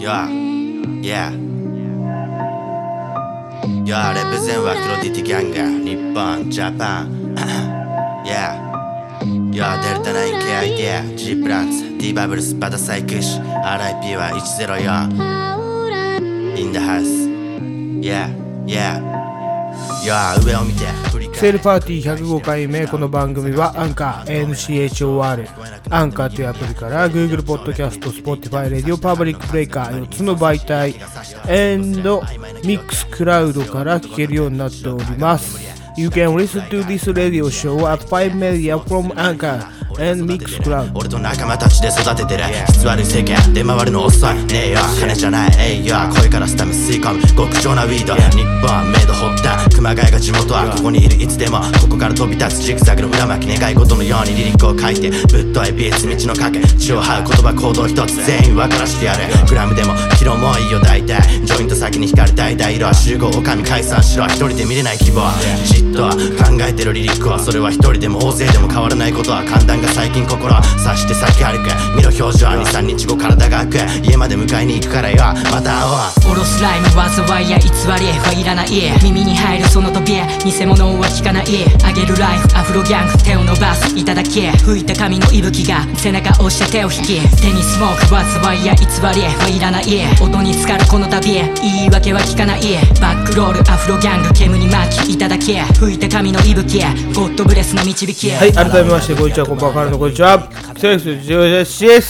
Yeah, yeah. Yeah, represent はクロディティギャンガー、日本、ジャパン。Yeah. Yeah, デルタ 9KID、G プランツ、D バブルス、バタサイクシ、RIP は104。In the house. Yeah, yeah. Yeah, 上を見て。 セールパーティー105回目。この番組はアンカー NCHOR アンカーというアプリから Google Podcast、Spotify、Radio Public Breaker 4つの媒体 and Mixcloud から聞けるようになっております。 You can listen to this radio show at 5 media from Anchor and Mixcloud。 俺と仲間たちで育ててる質悪い世間出回るの遅いねえよ、金じゃないえいよ、声からスタム吸い込む極上なウィード、日本メイド発端、熊谷が地元はここにいるいつでも、ここから飛び立つジグザグの裏巻き、願い事のようにリリックを書いてぶっといビーツ道の賭け、血を這う言葉行動一つ全員分からしてやる、グラムでもキロもいいよ大体、ジョイント先に光る大々色は集合お上解散しろ、一人で見れない希望じっと考えてるリリックは、それは一人でも大勢でも変わらないことは、寒暖が最近心を察して先歩く、見ろ表情は 2,3 日後体が開く、家まで迎えに行くからよ、また会おう。 おろすライム災いや偽りはいらない、耳に入るその飛び偽物は聞かない、あげるライフアフロギャング、手を伸ばすいただき、吹いた髪の息吹が背中押して手を引き、手にスモーク災いや偽りはいらない、音に浸かるこの旅、言い訳は聞かない、バックロールアフロギャング、煙に巻きいただき、吹いた髪の息吹、ゴッドブレスの導き。 はい、改めましてこんにちは、こんばんは、からのこんにちは、セレクトジオジェシです。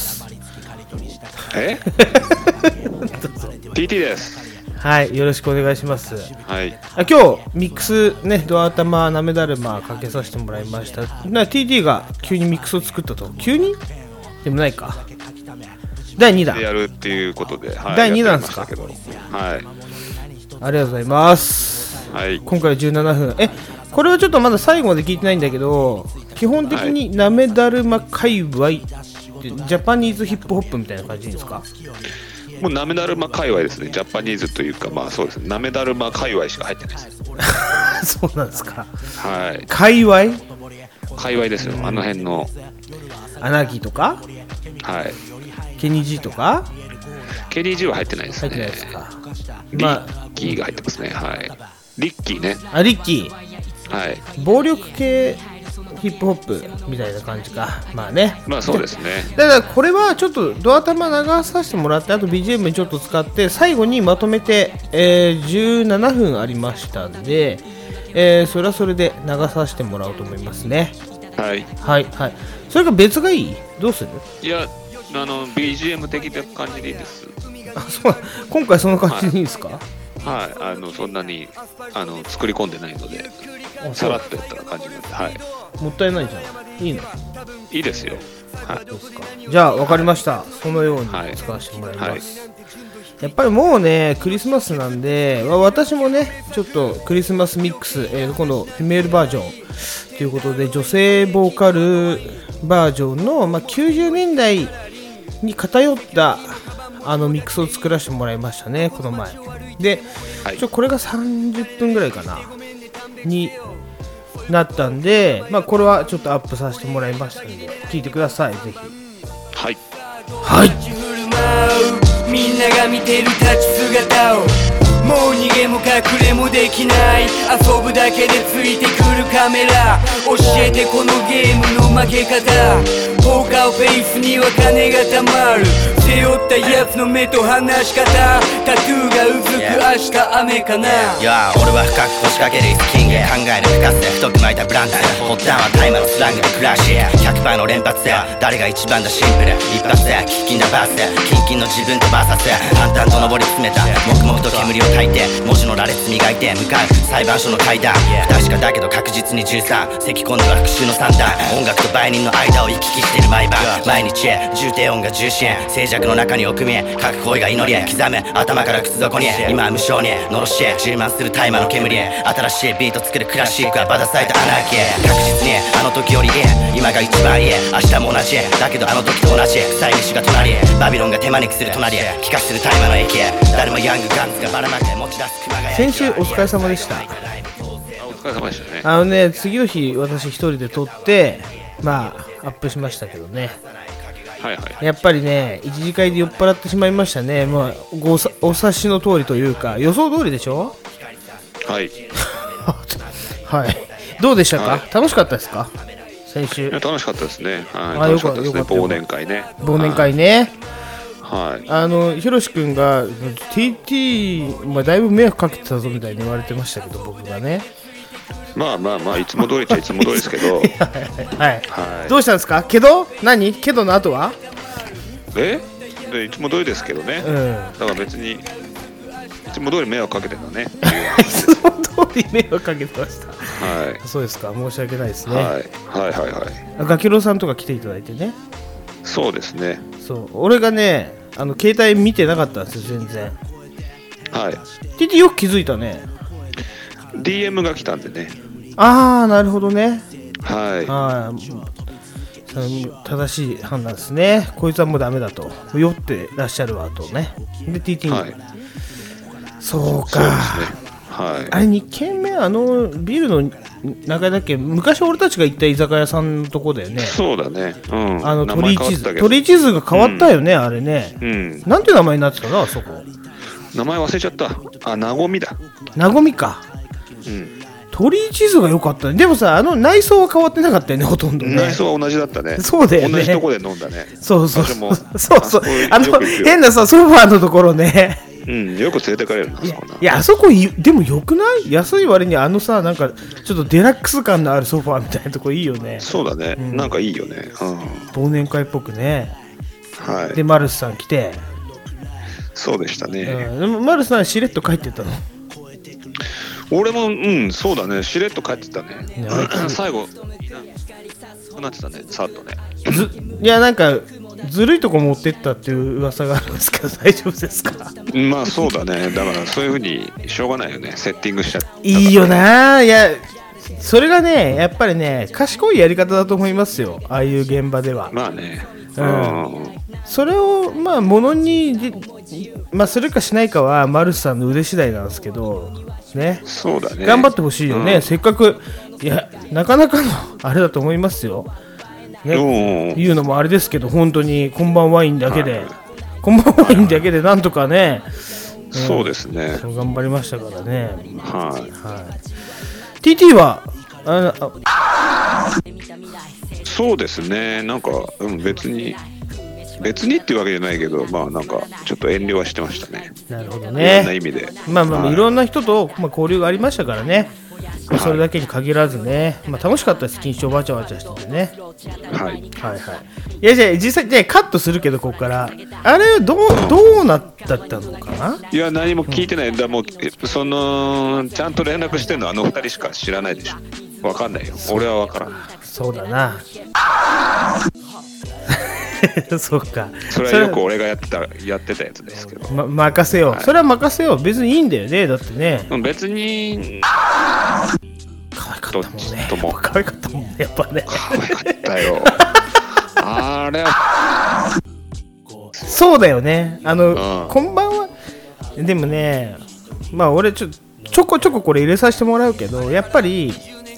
TT です。 はい、よろしくお願いします。 はい。 今日ミックスね、ドア頭なめだるまかけさせてもらいました。TT が急にミックスを作ったと。急にでもないか。第2弾やるっていうことで、はい、 第2弾ですか。 はい。 ありがとうございます。 はい。 今回は17分。これはちょっとまだ最後まで聞いてないんだけど、基本的になめだるま界隈ってジャパニーズヒップホップみたいな感じですか。 もうなめだるま界隈ですね。ジャパニーズというか、まあそうですね。なめだるま界隈しか入ってないです。 そうなんですか。 はい。 界隈ですよ。あの辺のアナーキーとか、 はい。 ケニー G とか。 ケニー G は入ってないですね。 入ってないですか。 リッキーが入ってますね。はい。リッキーね。 あ、リッキー。 はい。 暴力系ヒップホップみたいな感じか。まあね。 まあそうですね。 だからこれはちょっとドア玉流させてもらって、あと BGM にちょっと使って最後にまとめて、17分ありましたんで、それはそれで流させてもらおうと思いますね。 はいはいはい。それが別がいい？どうする？ いや、BGM 的な感じでいいです。 あ、そう。今回その感じでいいですか？ はい、そんなに作り込んでないので、さらっとやった感じなんで、はい。 もったいないじゃん。いいの？ いいですよ。はい。 ですか。じゃあ分かりました。そのように使わせてもらいます。はいはい、やっぱりもうね、クリスマスなんで、私もね、ちょっとクリスマスミックス、今度フィメールバージョンということで、女性ボーカルバージョンの、90年代に偏ったミックスを作らせてもらいましたね、この前で、はい、これが30分ぐらいかなになったんで、これはちょっとアップさせてもらいましたので聞いてください、ぜひ。 はいはい。 みんなが見てる立ち姿を、もう逃げも隠れもできない、遊ぶだけでついてくるカメラ、教えてこのゲームの負け方、ポーカーフェイスには金がたまる、背負ったやつの目と話し方、タトゥーがうずく明日雨かな。 俺は深く腰掛けるイスキング、考える深さ太く巻いたブランド、発端は大麻のスラングでクラッシュ、100%の連発で誰が一番だ、シンプル一発で喫緊だバース、キンキンの自分とバーサス、淡々と上り詰めた黙々と煙を焚いて、文字の羅列磨いて向かう裁判所の階段、不確かだけど確実に13、咳今度は復讐の三段、音楽と売人の間を行き来してる毎晩、毎日重低音が重心、静寂の中に奥見え、各声が祈り刻む頭から靴底に、今は無性にのろし充満する大麻の煙、新しいビート作るクラシックはバタサイトアナーキー、確実にあの時よりいい、今が一番いい、明日も同じだけどあの時と同じ、臭い飯が隣、バビロンが手招きする隣、気化する大麻の駅、誰もヤングガンズがばらまけ持ち出す熊谷。 先週お疲れ様でした。 お疲れ様でしたね。 次の日私一人で撮ってアップしましたけどね。 はいはい。 やっぱりね、一次会で酔っ払ってしまいましたね。まあ、お察しの通りというか、予想通りでしょ。 はい。 はい。どうでしたか、 はい、 楽しかったですか先週。 楽しかったですね。はい、 楽しかったですね。忘年会ね。 忘年会ね。 はい。 ひろし君が TT、まあ、だいぶ迷惑かけてたぞみたいに言われてましたけど、僕がね。 まあ、いつも通りっちゃいつも通りですけど。はい。 はい。どうしたんですかけど何けどの後はいつも通りですけどね。だから別に、いつも通り迷惑かけてたね。 いつも通り迷惑かけてました。 はい。 そうですか、申し訳ないですね。 はい。 ガキロウさんとか来ていただいてね。 そうですね。 そう、俺がね、携帯見てなかったんですよ、全然。 はい。 TT よく気づいたね。 DM が来たんでね。 ああ、なるほどね。 はい。 正しい判断ですね。こいつはもうダメだと。酔ってらっしゃるわとね。で、TT に。はい、そうか。 そうですね。はい。 あれ、2軒目、ビルの中だっけ、昔俺たちが行った居酒屋さんのとこだよね。 そうだね。うん。 鳥居地図が変わったよね、あれね。なんていう名前になってたのあそこ。 名前忘れちゃった。なごみだ。 なごみか。鳥居地図が良かったね。でもさ、内装は変わってなかったよね、ほとんどね。 内装は同じだったね。 そうだよね。 同じとこで飲んだね。 そう変なさ、ソファーのところね。 よく連れてかれるな。 いや、あそこでもよくない？安い割になんかちょっとデラックス感のあるソファーみたいなとこいいよね。 そうだね。なんかいいよね。 忘年会っぽくね。 はい。 で、マルスさん来て。 そうでしたね。 でもマルスさんしれっと帰ってったの？ 俺もそうだね、しれっと帰ってたね。最後なってたね、さっとね。 いや、なんかずるいとこ持ってったっていう噂があるんですけど、大丈夫ですか？ まあそうだね。だからそういう風にしょうがないよね。セッティングしちゃって。 いいよな。いや、それがね、やっぱりね、賢いやり方だと思いますよ、ああいう現場では。 まあね。 それをまあものにするかしないかはマルスさんの腕次第なんですけどね。 そうだね。 頑張ってほしいよね。せっかく、いや、なかなかのあれだと思いますよ。ね、言うのもあれですけど、本当にこんばんワインだけで、こんばんワインだけでなんとかね。 そうですね。 頑張りましたからね。 はい。 TT はそうですね。なんか別にっていうわけじゃないけど、まあなんかちょっと遠慮はしてましたね。 なるほどね。 いろんな意味で。 いろんな人と交流がありましたからね。それだけに限らずね、楽しかったです。緊張バチャバチャしててね。 はい。 いや、じゃあ実際カットするけど、ここからあれどうなったのかな。 いや、何も聞いてない。だもうちゃんと連絡してんの2人しか知らないでしょ。わかんないよ。俺はわからん。 そうだな。そうか。 それはよく俺がやってたやつですけど。 任せよう。それは任せよう。別にいいんだよね。だってね。 別に。 可愛かったもんね。可愛かったもんね。やっぱね。 可愛かったよ。あれ。 そうだよね。こんばんは。でもね、俺ちょこちょここれ入れさせてもらうけど、やっぱり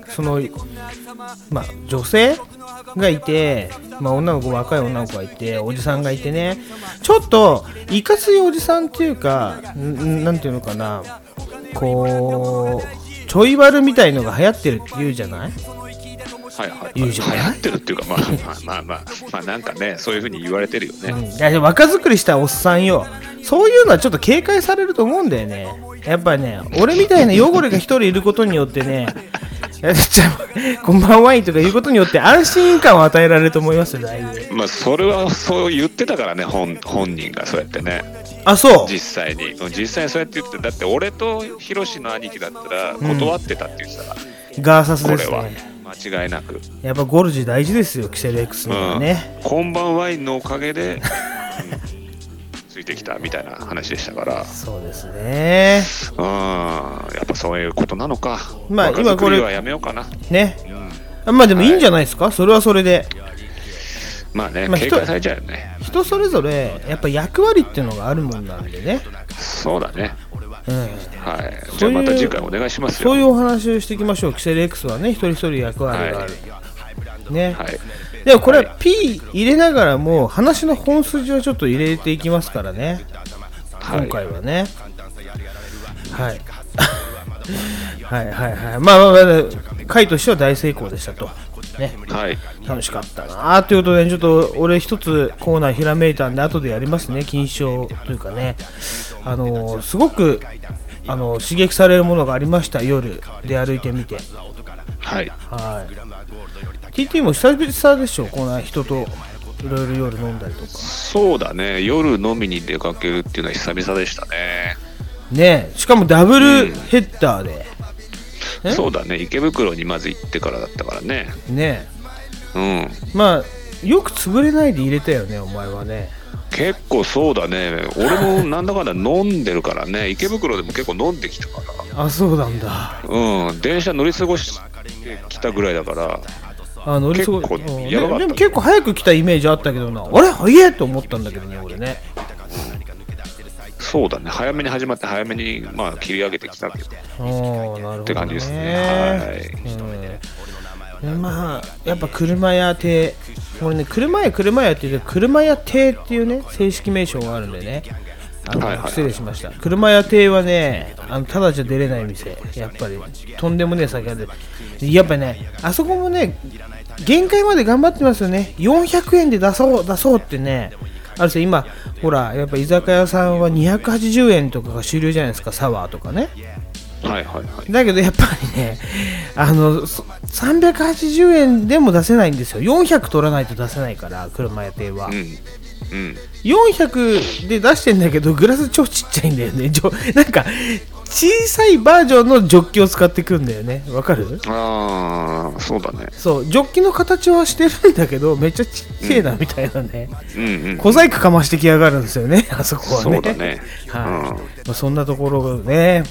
女性がいて、若い女の子がいて、おじさんがいてね、ちょっといかついおじさんっていうか、なんていうのかな、こうちょい悪みたいのが流行ってるって言うじゃない？ 流行ってるっていうか、なんかね、そういう風に言われてるよね。 いや、若作りしたおっさんよ。そういうのはちょっと警戒されると思うんだよね。やっぱね、俺みたいな汚れが一人いることによってね、こんばんワインとか言うことによって安心感を与えられると思いますよ、だいぶ。 それはそう言ってたからね、本人がそうやってね。 そう。 実際そうやって言ってた。だって俺とヒロシの兄貴だったら断ってたって言ってたから。 ガーサスですね。 これは間違いなく。 やっぱゴルジ大事ですよ、キセル X のはね。 こんばんワインのおかげでついてきたみたいな話でしたから。 そうですね。 やっぱそういうことなのか。 今これはやめようかな。 ね。でもいいんじゃないですか。それはそれで。 警戒されちゃうよね。 人それぞれやっぱ役割っていうのがあるもんなんでね。 そうだね。じゃあまた次回お願いしますよ。 そういうお話をしていきましょう。キセル X はね、一人一人役割がある。ね。 でもこれ P 入れながらも話の本筋はちょっと入れていきますからね、今回はね。はいはいはいはい、まあ回としては大成功でしたとね、 はい、 楽しかったなということで、ちょっと俺一つコーナーひらめいたんで後でやりますね。金賞というかね、すごく刺激されるものがありました。夜で歩いてみて、 はいはい、TT も久々でしょ、こんな人といろいろ夜飲んだりとか。 そうだね、夜飲みに出かけるっていうのは久々でしたね。 ね、しかもダブルヘッダーで、 そうだね、池袋にまず行ってからだったからね。 ね、 うん、 まあよく潰れないで入れたよね、お前はね。 結構そうだね、俺もなんだかんだ飲んでるからね、池袋でも結構飲んできたから。 あ、そうなんだ。 うん、電車乗り過ごしてきたぐらいだから、 乗り過ご結構やばかった。 でも結構早く来たイメージあったけどな、あれ早いと思ったんだけどね、俺ね。 そうだね、早めに始まって早めにまあ切り上げてきたけど、 なるほどね、 って感じですね。 はい、まあやっぱ車屋亭、俺ね、車屋って言うと車屋亭っていうね正式名称があるんでね、失礼しました。車屋亭はね、ただじゃ出れない店、やっぱりとんでもねえ酒屋で、やっぱりね、あそこもね限界まで頑張ってますよね。400円で出そうってね、あるさ、今ほらやっぱ居酒屋さんは280円とかが主流じゃないですか、サワーとかね。 はいはいはい。 だけどやっぱりね、380円でも出せないんですよ。400取らないと出せないから、車屋亭は、400で出してんだけどグラス超ちっちゃいんだよね。なんか小さいバージョンのジョッキを使ってくんだよね。わかる？ ああ、そうだね。 そう、ジョッキの形はしてるんだけどめっちゃちっちゃいなみたいなね、小細工かましてきやがるんですよね、あそこはね。 そうだね。 はい、そんなところがね、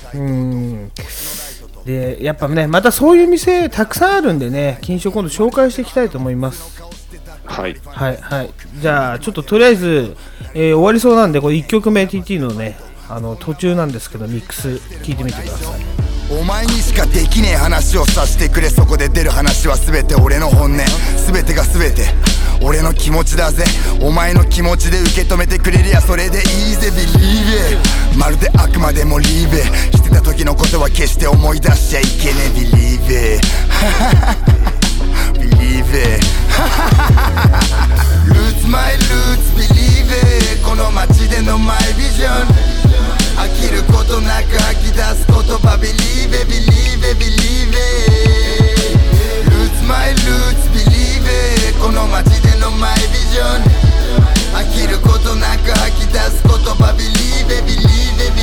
でやっぱね、またそういう店たくさんあるんでね、金賞今度紹介していきたいと思います。 はいはいはい。じゃあちょっととりあえず、終わりそうなんで、これ1曲目 TT のね、途中なんですけどミックス聞いてみてください。 お前にしかできねえ話をさせてくれ。そこで出る話は全て俺の本音、全てが全て俺の気持ちだぜ。お前の気持ちで受け止めてくれりゃそれでいいぜ。 Believe it、 まるであくまでも Leave it、 してた時のことは決して思い出しちゃいけねえ。 Believe it Believe it Roots my roots Believe it、 この街でのマイビジョン、飽きることなく吐き出す言葉 Believe it Believe it Believe it Roots my roots Believe it、 この街でのマイビジョン、飽きることなく吐き出す言葉 Believe it Believe it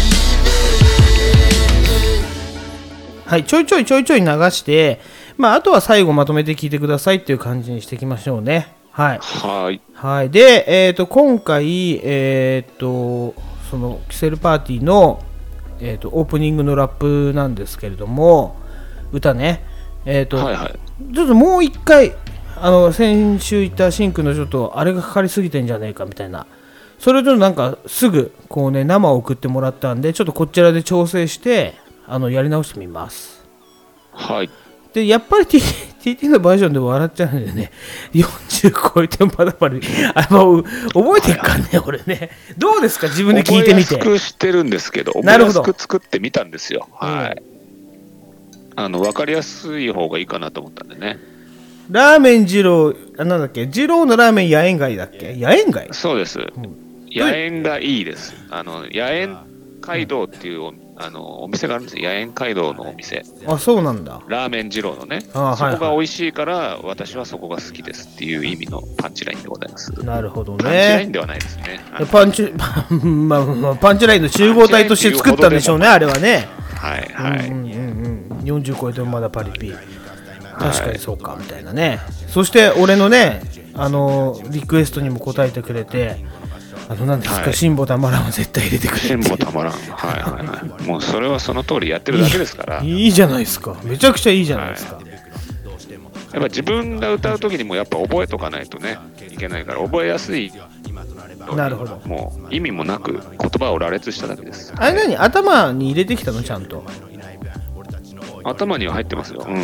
Believe it。 はい、ちょいちょい流して、まああとは最後まとめて聞いてくださいっていう感じにしていきましょうね。はいはいはい。で、今回そのキセルパーティーの、オープニングのラップなんですけれども、歌ね、はいはい、ちょっともう一回先週言ったシンクのちょっとあれがかかりすぎてんじゃねえかみたいな、それをちょっとなんかすぐこうね生を送ってもらったんで、ちょっとこちらで調整してやり直してみます。 はい。 でやっぱり TT のバージョンで笑っちゃうんでね、40超えてもまだまだ覚えてるかね、俺ね。どうですか、自分で聞いてみて。 覚えやすくしてるんですけど、覚えやすく作ってみたんですよ。はい。分かりやすい方がいいかなと思ったんでね。 ラーメン二郎、なんだっけ、二郎のラーメン野縁街だっけ、野縁街。 そうです。野縁がいいです。野縁街道っていうお店があるんですよ。野縁街道のお店。 あ、そうなんだ。 ラーメン二郎のね。そこが美味しいから、私はそこが好きですっていう意味のパンチラインでございます。 なるほどね。 パンチラインではないですね。 パンチラインの集合体として作ったんでしょうね、あれはね。 はいはい。 40超えてもまだパリピ。確かにそうかみたいなね。そして俺のね、リクエストにも答えてくれて、何ですか、辛抱たまらんは絶対入れてくれって。 辛抱たまらん。はいはいはい。もうそれはその通りやってるだけですから。 いいじゃないですか。めちゃくちゃいいじゃないですか。 やっぱ自分が歌うときにもやっぱ覚えとかないとねいけないから、覚えやすい。 なるほど。 もう意味もなく言葉を羅列しただけです。 あれ何、頭に入れてきたの、ちゃんと。 頭には入ってますよ。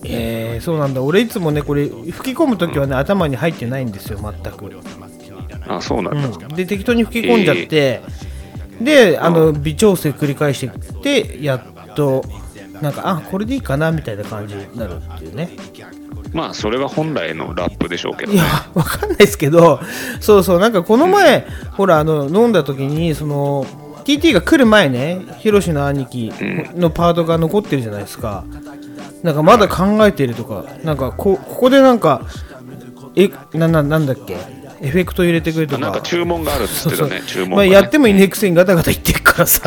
そうなんだ。俺いつもねこれ吹き込むときはね、頭に入ってないんですよ全く。 あ、そうなんだ。 で適当に吹き込んじゃって、で微調整繰り返していってやっとなんかこれでいいかなみたいな感じになるっていうね。 まあそれが本来のラップでしょうけどね。 いやわかんないですけど、そうなんかこの前、ほら飲んだ時にその TT が来る前ね、ヒロシの兄貴のパートが残ってるじゃないですか。なんかまだ考えてるとか、なんかここでなんかなんだっけ、エフェクト入れてくれとか、 なんか注文があるんですけどね。注文がね、 まあ、やってもいねえくせにガタガタ言ってるからさ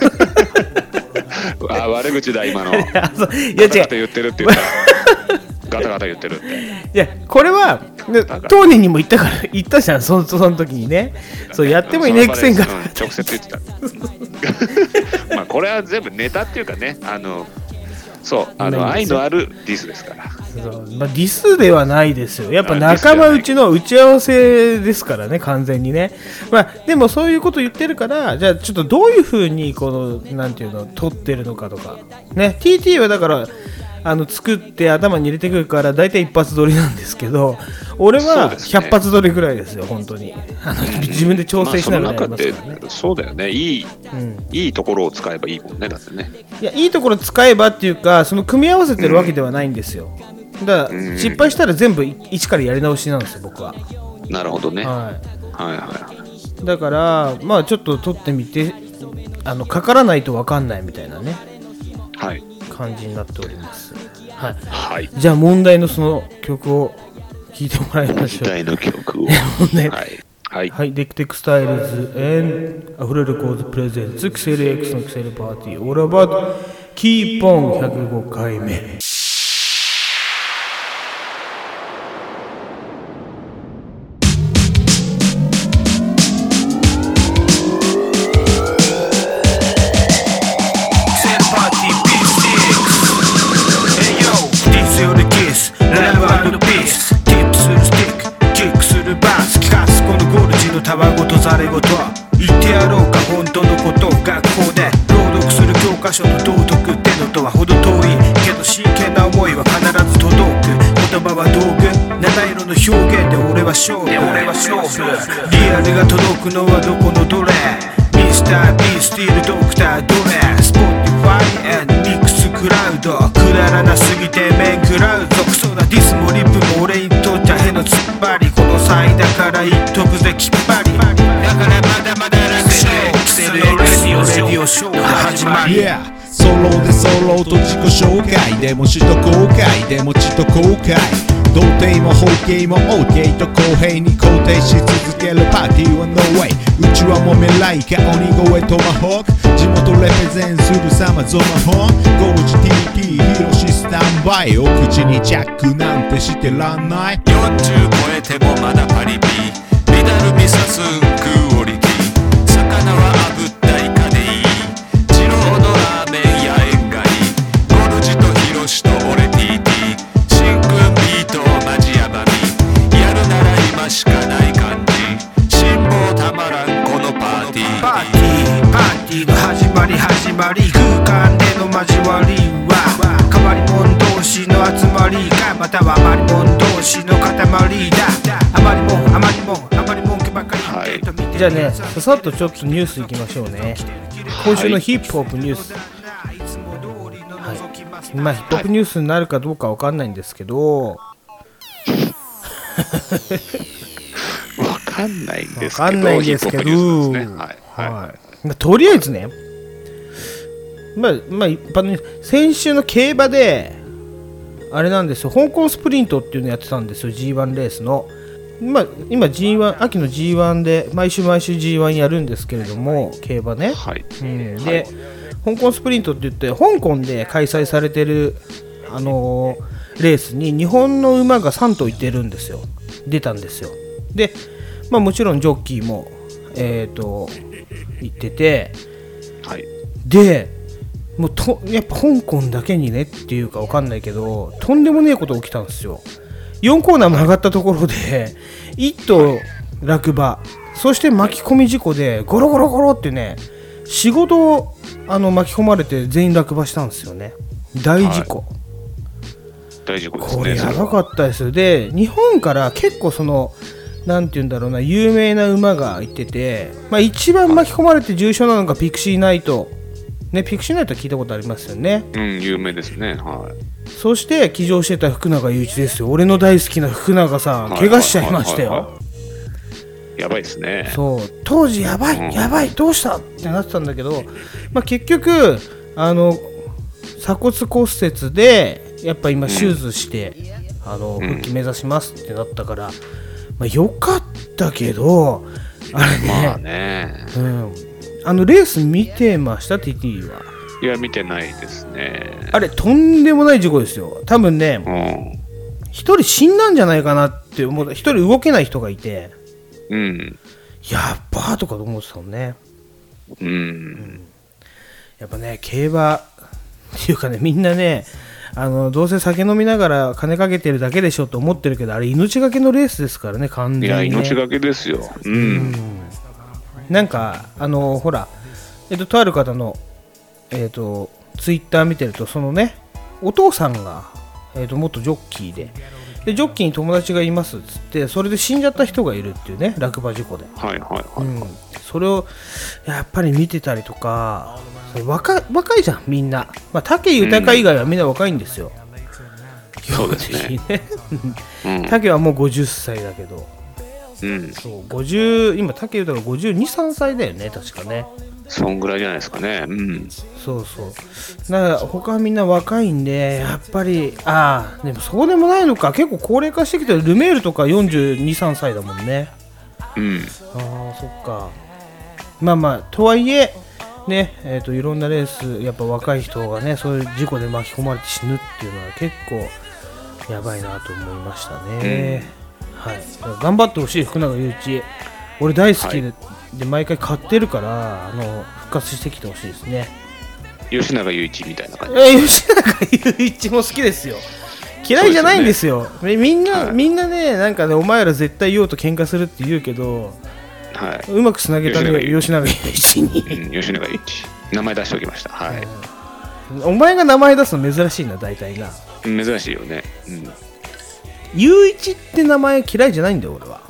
悪口だ今の。いや違う、 ガタガタ言ってるって言ったらガタガタ言ってるって。 いやこれは当人にも言ったじゃん、その時にね。そうやってもいねえくせにガタガタ直接言ってたまあこれは全部ネタっていうかね、そう愛のあるディスですから。 まあ、ディスではないですよ。やっぱ仲間内の打ち合わせですからね、完全にね。まあでもそういうこと言ってるから、じゃあちょっとどういう風にこのなんていうの撮ってるのかとかね。 TT はだから作って頭に入れてくるから大体一発撮りなんですけど、俺は100発撮りぐらいですよ本当に。自分で調整しながらやりますからね。 そうだよね、いいところを使えばいいもんね。だってね、 いやいいところ使えばっていうか、その組み合わせてるわけではないんですよ。だから失敗したら全部一からやり直しなんですよ僕は。 なるほどね、 はいはい。 だからまあちょっと撮ってみて、かからないと分かんないみたいなね、 はい、 感じになっております。はい、はい、 じゃあ問題のその曲を聴いてもらいましょう。 問題の曲をはい、デクテクスタイルズアフレレコーズプレゼンツキセル X のキセルパーティーオーラバーキーポン105回目。 たわごとざれごと言ってやろうか本当のことを学校で朗読する教科書の道徳ってのとはほど遠いけど真剣な思いは必ず届く。言葉は道具、七色の表現で俺は勝負、リアルが届くのはどこのどれ、ミスター B スティールドクターどれ、スポティファイ&ミックスクラウドくだらなすぎて面食らうぞ。クソなディスもリップも俺にとっちゃへの突っ張り、この際だから言っとくぜきっぱり、だからまだまだ楽勝キセル X のレディオショーが始まり、 ソロでソロと自己紹介でも死と後悔でも血と後悔、童貞も包茎も OK と公平に肯定し続けるパーティーは No way。 うちはもめライカ鬼越トマホーク、地元レペゼンする様ゾマホン、ゴージ TT ヒロシスタンバイ、お口にジャックなんてしてらんない。 40超えてもまだパリピ、メダルミサスンクオリティ、魚は炙ったイカでいい、二郎のラーメンや縁がいい、ゴルジとヒロシと俺 TT、 シンくんビートマジヤバみ、やるなら今しかない感じ、辛抱たまらんこのパーティー、 パーティーの始まり空間での交わりは変わり者同士の集まりか、または余り者同士の塊だ。余りもんけばかり、 はい、じゃあねささっとちょっとニュースいきましょうね。今週のヒップホップニュース、まあヒップホップニュースになるかどうかわかんないんですけどわかんないんですけど、 とりあえずね、まあ一般に先週の競馬であれなんですよ、香港スプリントっていうのやってたんですよ G1 レースの。まあ今 G1 秋の G1 で毎週 G1 やるんですけれども、競馬ね、で、香港スプリントって言って香港で開催されてるレースに日本の馬が3頭いてるんですよ、出たんですよ。で、まあもちろんジョッキーも行ってて、でもうやっぱ香港だけにねっていうか分かんないけど、とんでもねえこと起きたんですよ。4コーナー曲がったところで1頭落馬、そして巻き込み事故でゴロゴロゴロってね、仕事を巻き込まれて全員落馬したんですよね。大事故、 大事故ですね。 これやばかったですよ。で日本から結構そのなんて言うんだろうな、有名な馬がいてて、まあ、一番巻き込まれて重傷なのがピクシーナイト、ね、ピクシーナイトは聞いたことありますよね。 うん、有名ですね。はい。 そして騎乗してた福永祐一ですよ。俺の大好きな福永さん、怪我しちゃいましたよ。 やばいですね。 そう当時やばい、やばいどうしたってなってたんだけど、まあ、結局鎖骨骨折でやっぱ今手術して、復帰目指しますってなったから、まあ、よかったけどあれね、 まあね、 レース見てました TT は？ いや見てないですね。 あれとんでもない事故ですよ。多分ね、一人死んだんじゃないかなって思った。一人動けない人がいて、やっばーとかと思ってたもんね。やっぱね競馬っていうかね、みんなねどうせ酒飲みながら金かけてるだけでしょと思ってるけど、あれ命がけのレースですからね、完全に、ね、 いや命がけですよ。 なんかほらとある方のツイッター見てると、そのねお父さんが元ジョッキーでジョッキーに友達がいますっつって、それで死んじゃった人がいるっていうね、落馬事故で。それをやっぱり見てたりとか、若いじゃんみんな、まあ、武豊以外はみんな若いんですよ、 そうですね。 武はもう50歳だけど、そう50今武豊が52、3歳だよね確かね。 そんぐらいじゃないですかね。 そうそうだから他はみんな若いんで、やっぱりでもそうでもないのか、結構高齢化してきてる。ルメールとか42、3歳だもんね。そっか。まあとはいえね、いろんなレースやっぱ若い人がねそういう事故で巻き込まれて死ぬっていうのは結構やばいなと思いましたね。はい、頑張ってほしい福永祐一、俺大好きで毎回買ってるから復活してきてほしいですね。 吉永祐一みたいな感じ。 吉永祐一も好きですよ。嫌いじゃないんですよ。みんなねなんかねお前ら絶対言おうと喧嘩するって言うけど、うまくつなげたね吉永祐一に。 吉永祐一名前出しておきました。 お前が名前出すの珍しいな大体な。 珍しいよね。 祐一って名前嫌いじゃないんだよ俺は。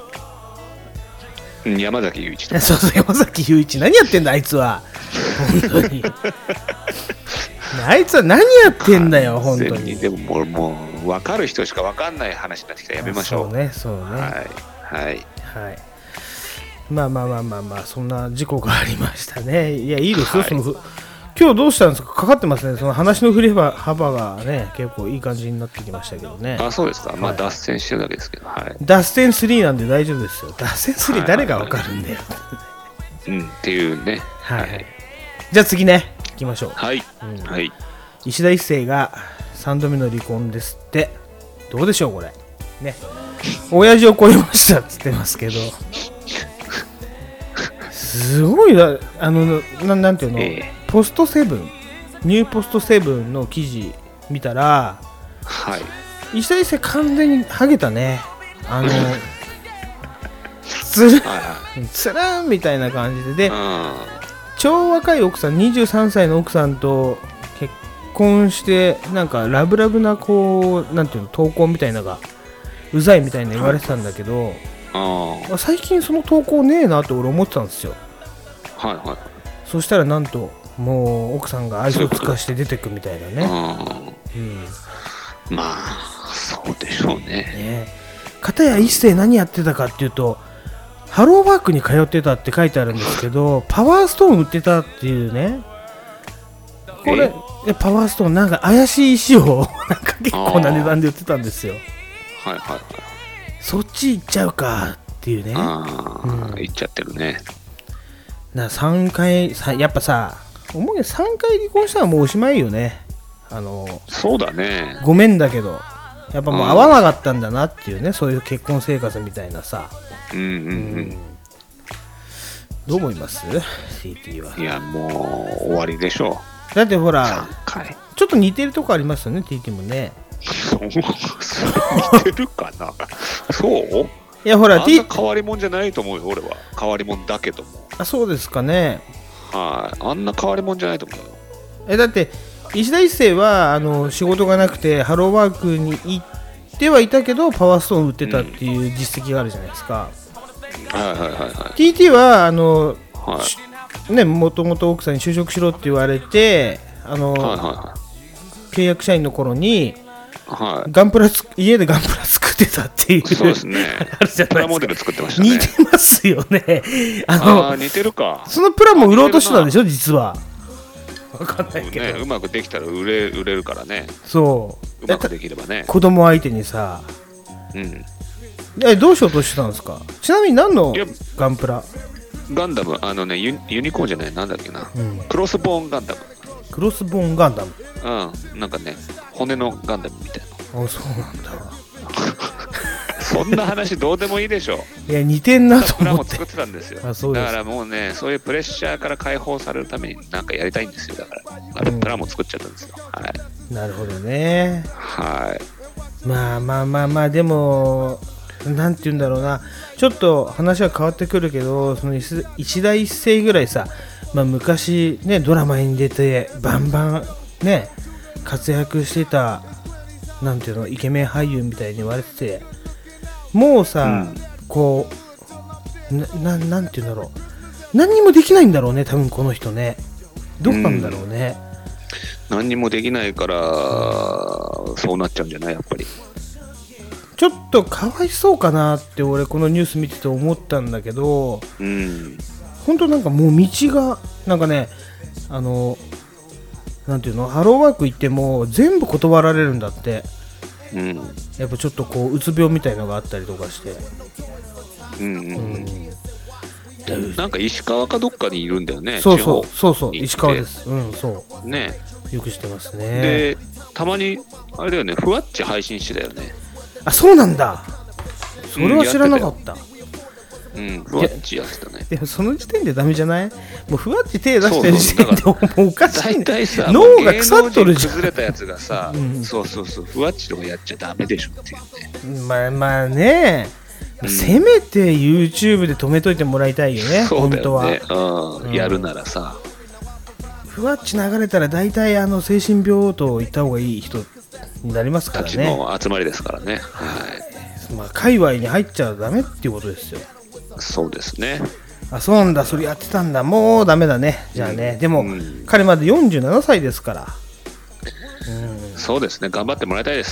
山崎祐一とか。 そう山崎祐一何やってんだあいつは。本当に。あいつは何やってんだよ本当に。 でももう分かる人しか分かんない話になってきたらやめましょう。 そうね。 はい。 まあそんな事故がありましたね。いやいいですよ、今日どうしたんですか。かかってますね。その話の振れ幅がね結構いい感じになってきましたけどね。 そうですか。まあ脱線してるだけですけど、 脱線3なんで大丈夫ですよ。脱線3誰がわかるんだよ。 っていうね。 じゃあ次ね行きましょう。石田一世が3度目の離婚ですって。どうでしょうこれね。親父を超えましたっつってますけど、すごいなんていうの、ポストセブンニューポストセブンの記事見たら、石田一世完全にハゲたね。つらんみたいな感じで、超若い奥さん23歳の奥さんと結婚して、なんかラブラブなこうなんていうの投稿みたいなのがうざいみたいな言われてたんだけど、最近その投稿ねえなって俺思ってたんですよ。そしたらなんともう奥さんが愛想つかして出てくみたいなね。 まあそうでしょうね。 片や一世何やってたかっていうと、ハローワークに通ってたって書いてあるんですけど、パワーストーン売ってたっていうね。これパワーストーンなんか怪しい石をなんか結構な値段で売ってたんですよ。そっち行っちゃうかっていうね。 行っちゃってるね。 3回やっぱさ、思うけど3回離婚したらもうおしまいよね。 そうだね。 ごめんだけどやっぱもう合わなかったんだなっていうね、そういう結婚生活みたいなさ。どう思います CT は。 いやもう終わりでしょう。だってほらちょっと似てるとこありますよね TT もね。 似てるかな。そういやほら、 あんな変わり者じゃないと思うよ俺は。変わり者だけども。 そうですかね。 あんな変わり者じゃないと思うよ。 だって石田一世は仕事がなくてハローワークに行ってはいたけどパワーストーン売ってたっていう実績があるじゃないですか。 はいはいはいはい。 TT ははい、 ね、もともと奥さんに就職しろって言われてはいはいはい、 契約社員の頃に、 はい、 家でガンプラ作ってたっていう。 そうですね。 あるじゃないですか。 プラモデル作ってましたね。 似てますよね。 似てるか。 そのプラも売ろうとしてたんでしょ実は。分かんないけど、 ね、うまくできたら売れるからね。 そううまくできればね。 子供相手にさ、 うん、 どうしようとしてたんですか。ちなみに何のガンプラ？ ガンダム、ユニコーンじゃない、なんだっけな、うん、クロスボーンガンダム。 クロスボーンガンダム。 うん、なんかね、骨のガンダムみたいな。 あ、そうなんだ。 そんな話どうでもいいでしょ。 いや、似てんなと思って。 プラも作ってたんですよ。 あ、そうです。 だからもうね、そういうプレッシャーから解放されるためになんかやりたいんですよ。だからプラも作っちゃったんですよ。はい。 なるほどね。 はい。 まあでもなんて言うんだろうな、ちょっと話は変わってくるけど、その一代一世ぐらいさ、昔ねドラマに出てバンバンね活躍してた、なんていうの、イケメン俳優みたいに言われてて、もうさ、こうなんていうんだろう、何にもできないんだろうね多分この人ね。どうなんだろうね。 何にもできないからそうなっちゃうんじゃない、やっぱり。 ちょっとかわいそうかなって俺このニュース見てて思ったんだけど、本当なんかもう道がなんかね、なんていうの、ハローワーク行っても全部断られるんだって。やっぱちょっとこううつ病みたいのがあったりとかして、 なんか石川かどっかにいるんだよね。 そう石川です。そうね、 よく知ってますね。 でたまにあれだよね、ふわっち配信してたよね。 あ、そうなんだ。それは知らなかった。 ふわっちやってたね。 いや、その時点でダメじゃない？もうふわっち手出してる時点でもうおかしい。 大体さ、 脳が腐っとるじゃん。 崩れたやつがさ、そうふわっちとかやっちゃダメでしょっていうね。 まあね、せめて YouTube で止めといてもらいたいよね。本当は。 やるならさ。 ふわっち流れたら大体精神病と言った方がいい人になりますからね。 たちの集まりですからね。はい。 界隈に入っちゃダメっていうことですよ。 そうですね。 あ、そうなんだ、それやってたんだ。もうダメだね。じゃあね、でも、彼まだ47歳ですから。 そうですね、頑張ってもらいたいです。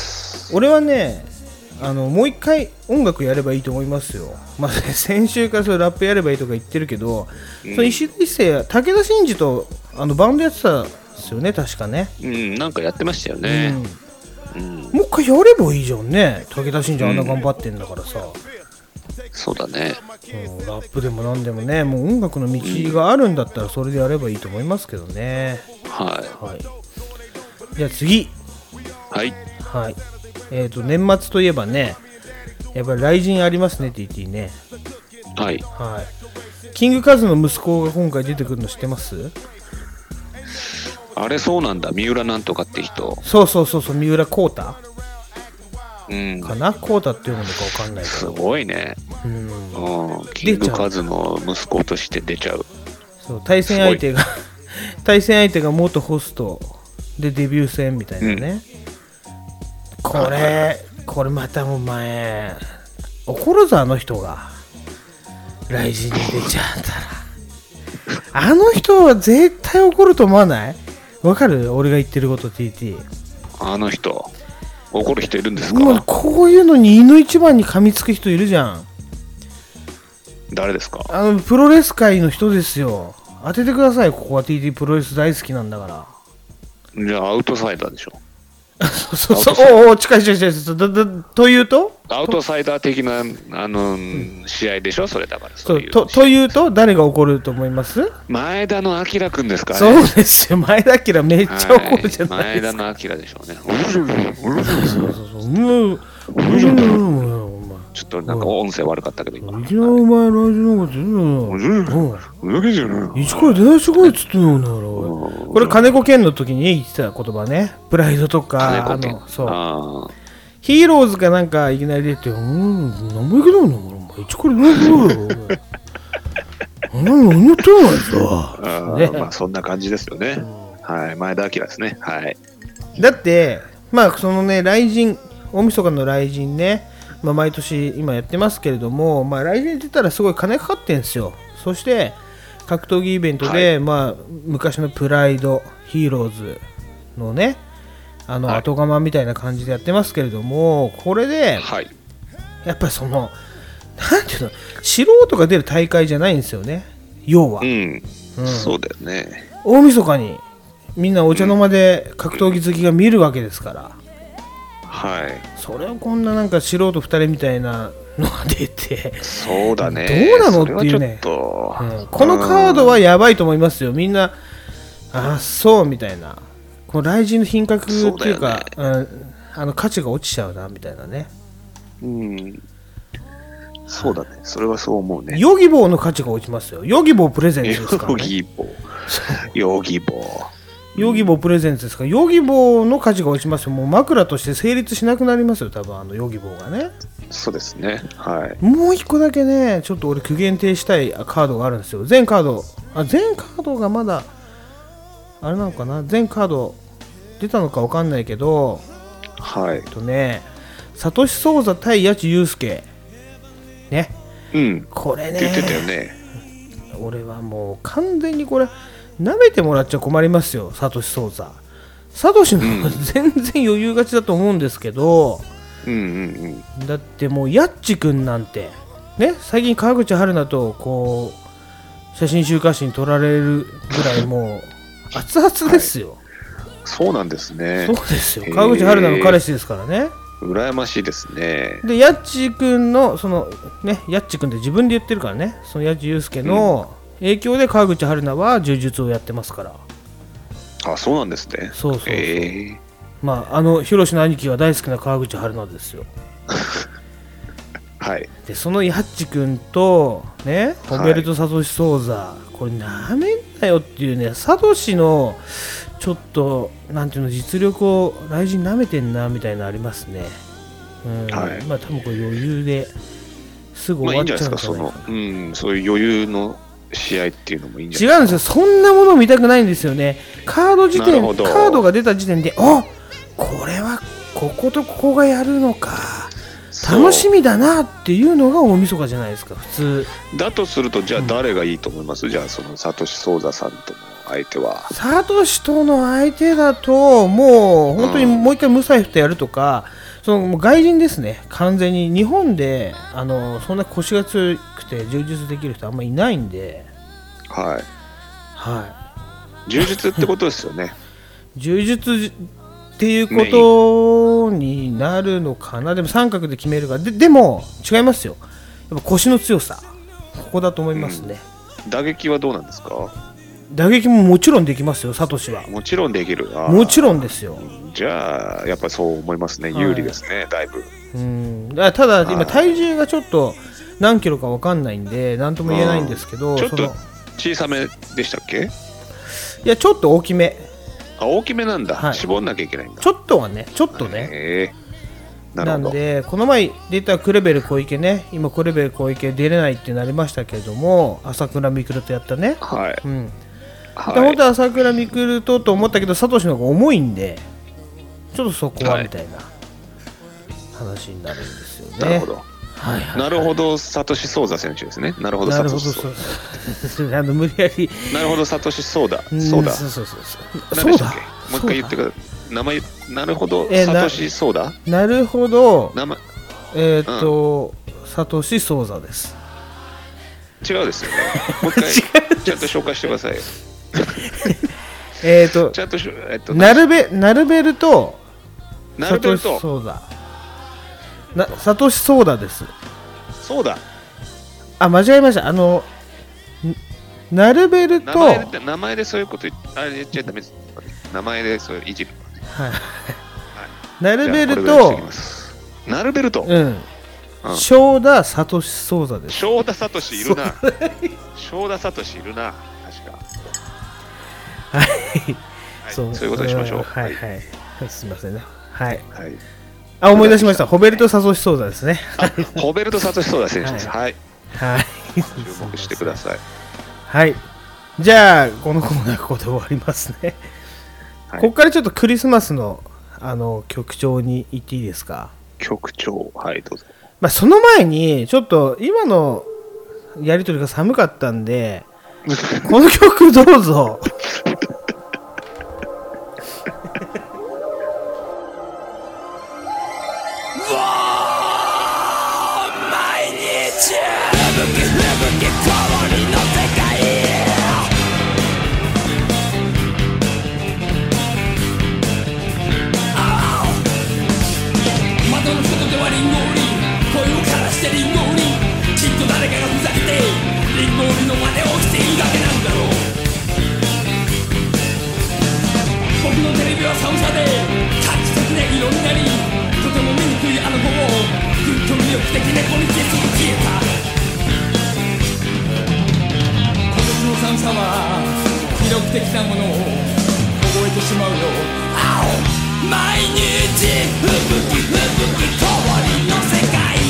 俺はね、もう一回音楽やればいいと思いますよ。先週からそれラップやればいいとか言ってるけど、その石田一世、武田真治とバンドやってたんですよね、確かね。 なんかやってましたよね。 もう一回やればいいじゃんね。武田真治あんな頑張ってんだからさ。 そうだね。 ラップでもなんでもね、もう音楽の道があるんだったらそれでやればいいと思いますけどね。 はい。 じゃあ次。 はい。 年末といえばね、やっぱり雷神ありますね、TT ね。 はい。 キングカズの息子が今回出てくるの知ってます？ あれ、そうなんだ。三浦なんとかって人。 そう三浦孝太かな、孝太っていうのか分かんないけど、 すごいね。キングカズの息子として出ちゃう。 そう対戦相手が元ホストでデビュー戦みたいなね。これまたお前怒るぞ、あの人が雷神に出ちゃったら。あの人は絶対怒ると思わない？わかる？俺が言ってること。 TT、 あの人怒る人いるんですか？ もうこういうのに犬一番に噛みつく人いるじゃん。 誰ですか？ プロレス界の人ですよ。当ててください。ここは TT プロレス大好きなんだから。 じゃあアウトサイダーでしょ。 近いというとアウトサイダー的な試合でしょ、それだから。 というと誰が怒ると思います？ 前田の明君ですかね。 そうですよ、前田明めっちゃ怒るじゃないですか。 前田の明でしょうね。ちょっとなんか音声悪かったけど今。 いきなりお前ラジオのこと言うの。 だけじゃない。 一から出だしてこいっつってんのな。これ金子健の時に言ってた言葉ね。プライドとかそうヒーローズかなんかいきなり出て、何もいけないんだからお前一から出だしてこいよ。何やってんのあいつは。 まあそんな感じですよね。 はい、前田明ですね。はい。 だってまあそのね雷神、大晦日の雷神ね、まあ、毎年今やってますけれども、まあ雷神って言ったらすごい金かかってんですよ。そして格闘技イベントで、まあ昔のプライドヒーローズのね後釜みたいな感じでやってますけれども、これで、やっぱりそのなんていうの、素人が出る大会じゃないんですよね、要は。 そうだよね。 大晦日にみんなお茶の間で格闘技好きが見るわけですから、それをこんななんか素人2人みたいなのが出て、 そうだね、 どうなのっていうね、このカードはやばいと思いますよ、みんな。あ、そうみたいな、この雷神の品格っていうか、価値が落ちちゃうなみたいなね。 そうだね、それはそう思うね。 ヨギボーの価値が落ちますよ。ヨギボープレゼンツですからね。 ヨギボープレゼンツですから、ヨギボーの価値が落ちますよ。もう枕として成立しなくなりますよ、多分ヨギボーがね。 そうですね。はい。 もう一個だけね、ちょっと俺苦言呈したいカードがあるんですよ。全カードがまだあれなのかな、全カード出たのか分かんないけど、サトシソウザ対八千祐介ね、これね、 言ってたよね。 俺はもう完全にこれ舐めてもらっちゃ困りますよ、サトシソウザ。サトシの方が全然余裕勝ちだと思うんですけど、だってもうヤッチ君なんてね、最近川口春奈とこう写真週刊誌に撮られるぐらいもう熱々ですよ。 そうなんですね。 そうですよ、川口春奈の彼氏ですからね。 羨ましいですね。 でヤッチ君のそのね、ヤッチ君って自分で言ってるからね、その八千祐介の影響で川口春奈は柔術をやってますから。 あ、そうなんですね。 そう。まあヒロシの兄貴が大好きな川口春奈ですよ。でそのヤッチ君とね、ホベルト・サトシ・ソウザ、これなめんなよっていうね、サトシのちょっとなんていうの、実力を雷神なめてんなみたいなのありますね。まあ多分これ余裕ですぐ終わっちゃうんじゃないですか。 そういう余裕の試合っていうのもいいんじゃないですか。違うんですよ、そんなものを見たくないんですよね。カードが出た時点で、これはこことここがやるのか、楽しみだなっていうのが大晦日じゃないですか、普通。 だとすると、じゃあ誰がいいと思います？じゃあそのサトシ・ソウザさんとの相手は。サトシとの相手だと、もう本当にもう一回ムサイフとやるとか、そのもう外人ですね、完全に。日本でそんな腰が強くて柔術できる人あんまりいないんで。 柔術ってことですよね。 柔術っていうことになるのかな。でも三角で決めるが、でも違いますよ、やっぱ腰の強さ、ここだと思いますね。 打撃はどうなんですか？ 打撃ももちろんできますよ、サトシは。 もちろんできる。 もちろんですよ。 じゃあやっぱそう思いますね、有利ですね、だいぶ。 ただ今体重がちょっと何キロか分かんないんで何とも言えないんですけど、 ちょっと小さめでしたっけ？ いや、ちょっと大きめ。 大きめなんだ、絞んなきゃいけないんだ。 ちょっとね。なんでこの前出たクレベル小池ね、今クレベル小池出れないってなりましたけれども、朝倉未来とやったね。本当は朝倉未来と思ったけど、サトシの方が重いんで、ちょっとそこはみたいな話になるんですよね。 なるほど。なるほど、サトシ・ソウザ選手ですね。なるほど、サトシ・ソウザ。 無理やり。 なるほど、サトシ・ソウダ。 そうだ。 もう一回言ってください。名前、なるほど、サトシ・ソウダ。 なるほど。サトシ・ソウザです。 違うですよね。もう一回、ちゃんと紹介してくださいよ。ちゃんと、 ナルベルト・サトシ・ソウダ。サトシソーダです。 そうだ。 間違えました。ナルベルト。 名前でそういうこと言っちゃダメです。名前でそういういじる。 ナルベルト。 ナルベルト。 ショーダ・サトシソーダです。 ショーダ・サトシいるな。ショーダ・サトシいるな。確か。そういうことにしましょう。 すみませんね。思い出しました。ホベルト・サトシ・ソウザですね。 ホベルト・サトシ・ソウザ選手です。注目してください。 じゃあこのコーナーここで終わりますね。 ここからちょっとクリスマスの曲調に行っていいですか。 曲調、はいどうぞ。 その前にちょっと今のやりとりが寒かったんでこの曲どうぞ。 寒さで感じ的な色になり、とても醜いあの子をぐっと魅力的猫に消えた。今年の寒さは記録的なものを覚えてしまうよ。毎日吹雪吹雪氷の世界、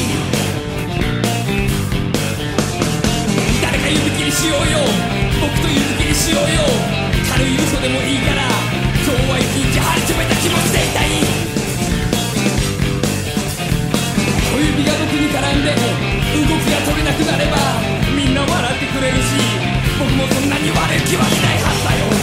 誰か指切りしようよ、僕と指切りしようよ。軽い嘘でもいいから今日は一日張り詰めた気持ちでいたい。小指が僕に絡んで動きが取れなくなればみんな笑ってくれるし、僕もそんなに悪い気はしないはずだよ。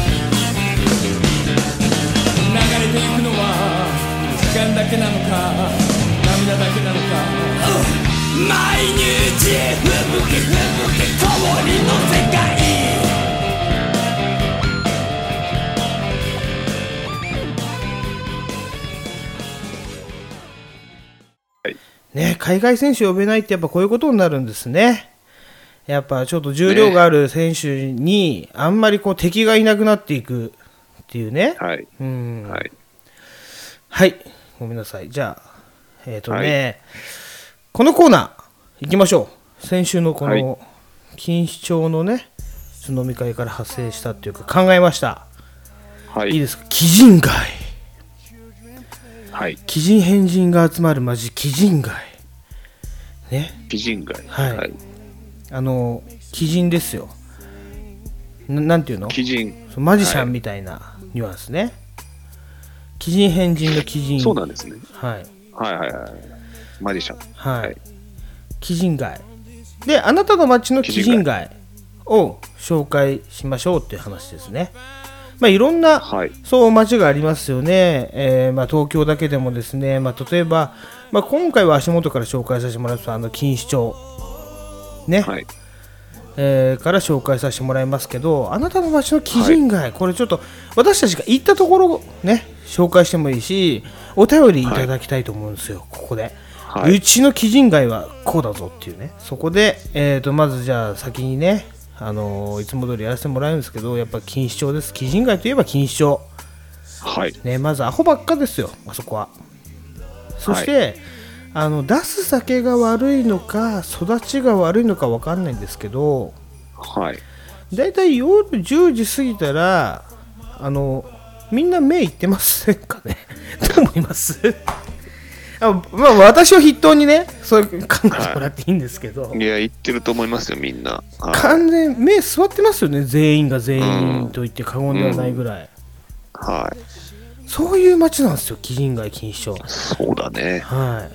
流れていくのは時間だけなのか涙だけなのか、毎日吹雪吹雪氷の世界。 ね、海外選手呼べないってやっぱこういうことになるんですね。やっぱちょっと重量がある選手にあんまりこう敵がいなくなっていくっていうね。 はい。 はい。はい。ごめんなさい。じゃあはい、このコーナー行きましょう。先週のこの錦糸町のね飲み会から発生したっていうか考えました。はい。いいですか。鬼人街。はい、鬼人変人が集まる街、鬼人街ね。 鬼人街、 はい、はい、鬼人ですよ。なんていうの？ 鬼人、 マジシャンみたいなニュアンスね。はい、鬼人変人の鬼人。 そうなんですね。 はい。 はいはいはい。マジシャン。 はい。はい、鬼人街で、あなたの街の鬼人街を紹介しましょうっていう話ですね。いろんな、はい、そう街がありますよね。東京だけでもですね、例えば、今回は足元から紹介させてもらうと錦糸町ね、はい、から紹介させてもらいますけど、あなたの街の鬼人街、はい、これちょっと私たちが行ったところね紹介してもいいし、お便りいただきたいと思うんですよ、はい、ここで、はい、うちの鬼人街はこうだぞっていうね。そこで、まずじゃあ先にねいつも通りやらせてもらうんですけど、やっぱ錦糸町です。鬼人街といえば錦糸町、はいね、まずアホばっかですよ、あそこは。そして、はい、出す酒が悪いのか育ちが悪いのか分かんないんですけど、はい、だいたい夜10時過ぎたらみんな目いってませんかねどう思います私を筆頭にね、そういう考えてもらっていいんですけど、 はい、いや、言ってると思いますよ、みんな。 はい、完全目座ってますよね、全員が全員と言って過言ではないぐらい。はい。そういう街なんですよ、鬼人街錦糸町。 そうだね。 はい。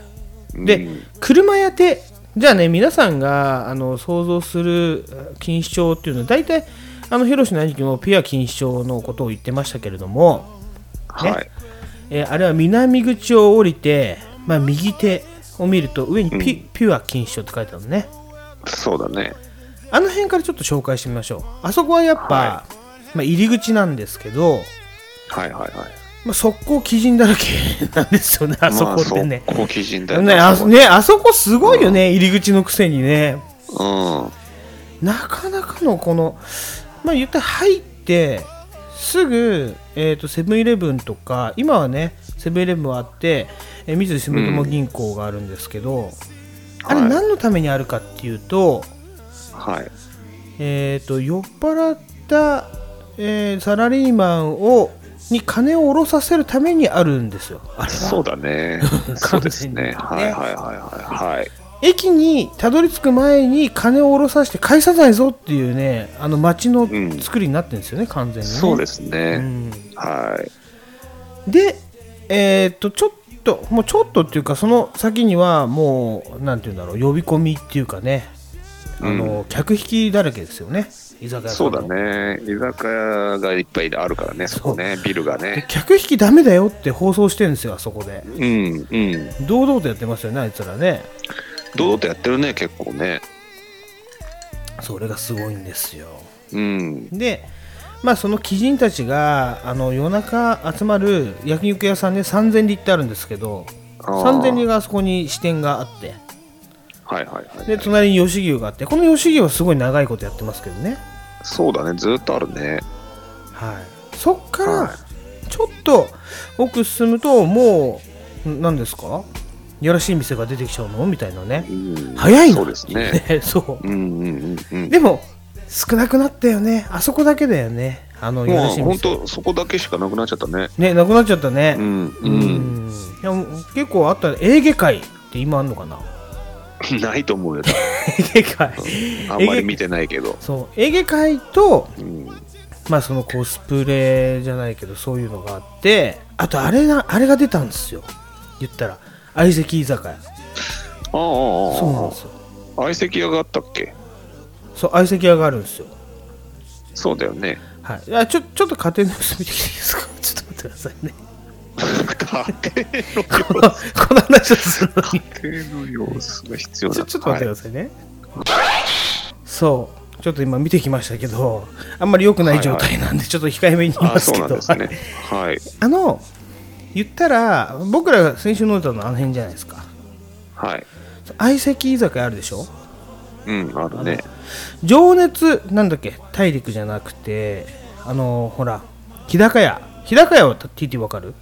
で、車屋手、じゃあね、皆さんが想像する錦糸町っていうのは、大体広瀬の兄貴もピュア錦糸町のことを言ってましたけれども、ね、はい。あれは南口を降りて、右手を見ると上にピュア錦糸町って書いてあるのね。 そうだね。 あの辺からちょっと紹介してみましょう。あそこはやっぱ、はい、入り口なんですけど、はいはいはい。速攻鬼人だらけなんですよね、あそこってね。 速攻鬼人だよね。あそこすごいよね、入り口のくせにね。うん。なかなかのこの、言ったら入ってすぐ、セブンイレブンとか、今はね、セブンイレブンはあって、三井住友銀行があるんですけど、あれ何のためにあるかっていうと、はい、酔っ払った、サラリーマンに金を下ろさせるためにあるんですよ。あれはそうだね。そうですね。はいはいはいはい。 駅にたどり着く前に金を下ろさせて返さないぞっていうね、街の作りになってるんですよね、完全にね。 そうですね、はい。 で、ちょっとっていうか、その先にはもうなんていうんだろう、呼び込みっていうかね、客引きだらけですよね、居酒屋。 そうだね、居酒屋がいっぱいあるからね、そこね、ビルがね。 客引きダメだよって放送してるんですよ、あそこで。堂々とやってますよね、あいつらね。 堂々とやってるね、結構ね。 それがすごいんですよ。で、その貴人たちが夜中集まる焼肉屋さんで3000里ってあるんですけど、3000里があそこに支店があって、で隣に吉牛があって、この吉牛はすごい長いことやってますけどね。 そうだね、ずっとあるね。 はい。そっからちょっと奥進むと、もう何ですか、やらしい店が出てきちゃうのみたいなね。早いの。 そうですね。 そう。でも少なくなったよね。あそこだけだよね。やらしい店。 本当そこだけしかなくなっちゃったね。 ね、なくなっちゃったね。いや結構あった。エーゲ海って今あんのかな。 ないと思うよ。 エーゲ海。 あんまり見てないけど。 そう。エーゲ海と、そのコスプレじゃないけどそういうのがあって、あとあれが出たんですよ。言ったら。相席居酒屋。そうなんですよ。 相席屋があったっけ？ そう、相席屋があるんですよ。 そうだよね。 はい。ちょっと家庭の様子見てきていいですか？ちょっと待ってくださいね。 家庭の様子この話をするのに家庭の様子が必要だ。 ちょっと待ってくださいね。そう。ちょっと今見てきましたけど、あんまり良くない状態なんで、ちょっと控えめに言いますけど。 そうなんですね。はい。 言ったら僕らが先週飲んだのあの辺じゃないですか。 はい。 相席居酒屋あるでしょ。 あるね。 情熱なんだっけ、大陸じゃなくてほら日高屋は TT わかる？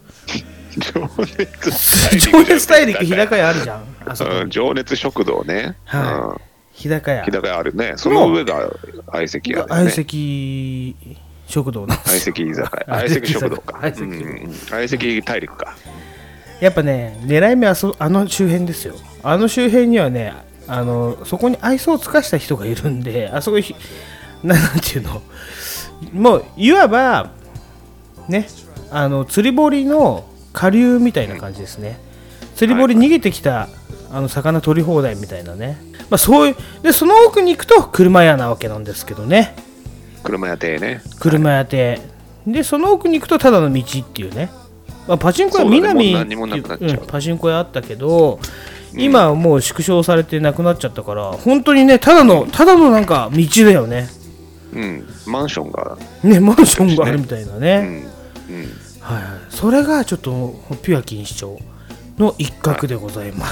情熱大陸日高屋あるじゃん。あそこ情熱食堂ね。 はい。日高屋あるね。その上が相席屋だね。 相席食堂なんですよ。 相席居酒屋、相席食堂か。相席大陸か。 やっぱね、狙い目はあの周辺ですよ。あの周辺にはね、そこに愛想を尽かした人がいるんで、あそこなんていうの、もういわばね、釣り堀の下流みたいな感じですね。釣り堀逃げてきた魚取り放題みたいなね。そういうで、その奥に行くと車屋なわけなんですけどね。 車屋亭ね。 車屋亭で、その奥に行くとただの道っていうね。パチンコ屋、南パチンコ屋あったけど、今はもう縮小されてなくなっちゃったから、本当にね、ただのなんか道だよね。 マンションがね、マンションがあるみたいなね。はい、それがちょっとピュア錦糸町の一角でございます。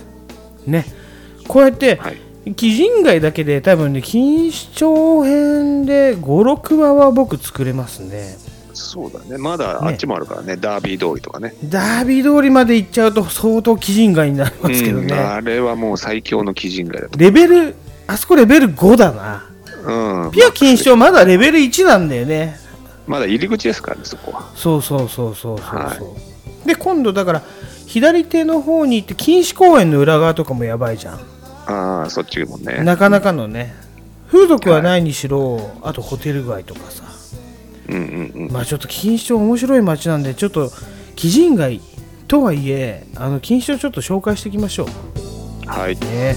ね、こうやって、貴人街だけで多分ね、錦糸町編で5、6話は僕作れますね。 そうだね、まだあっちもあるからね、ダービー通りとかね。 ダービー通りまで行っちゃうと相当貴人街になりますけどね。 あれはもう最強の貴人街だと。 あそこレベル5だな。ピュア錦糸町まだレベル1なんだよね。 まだ入り口ですからね、そこは。 そう。で、今度だから左手の方に行って錦糸公園の裏側とかもやばいじゃん。 そっちもね。 なかなかのね、風俗はないにしろ、あとホテル街とかさ。ちょっと錦糸町面白い街なんで、ちょっと貴人街とはいえ錦糸町ちょっと紹介していきましょう。 はいね。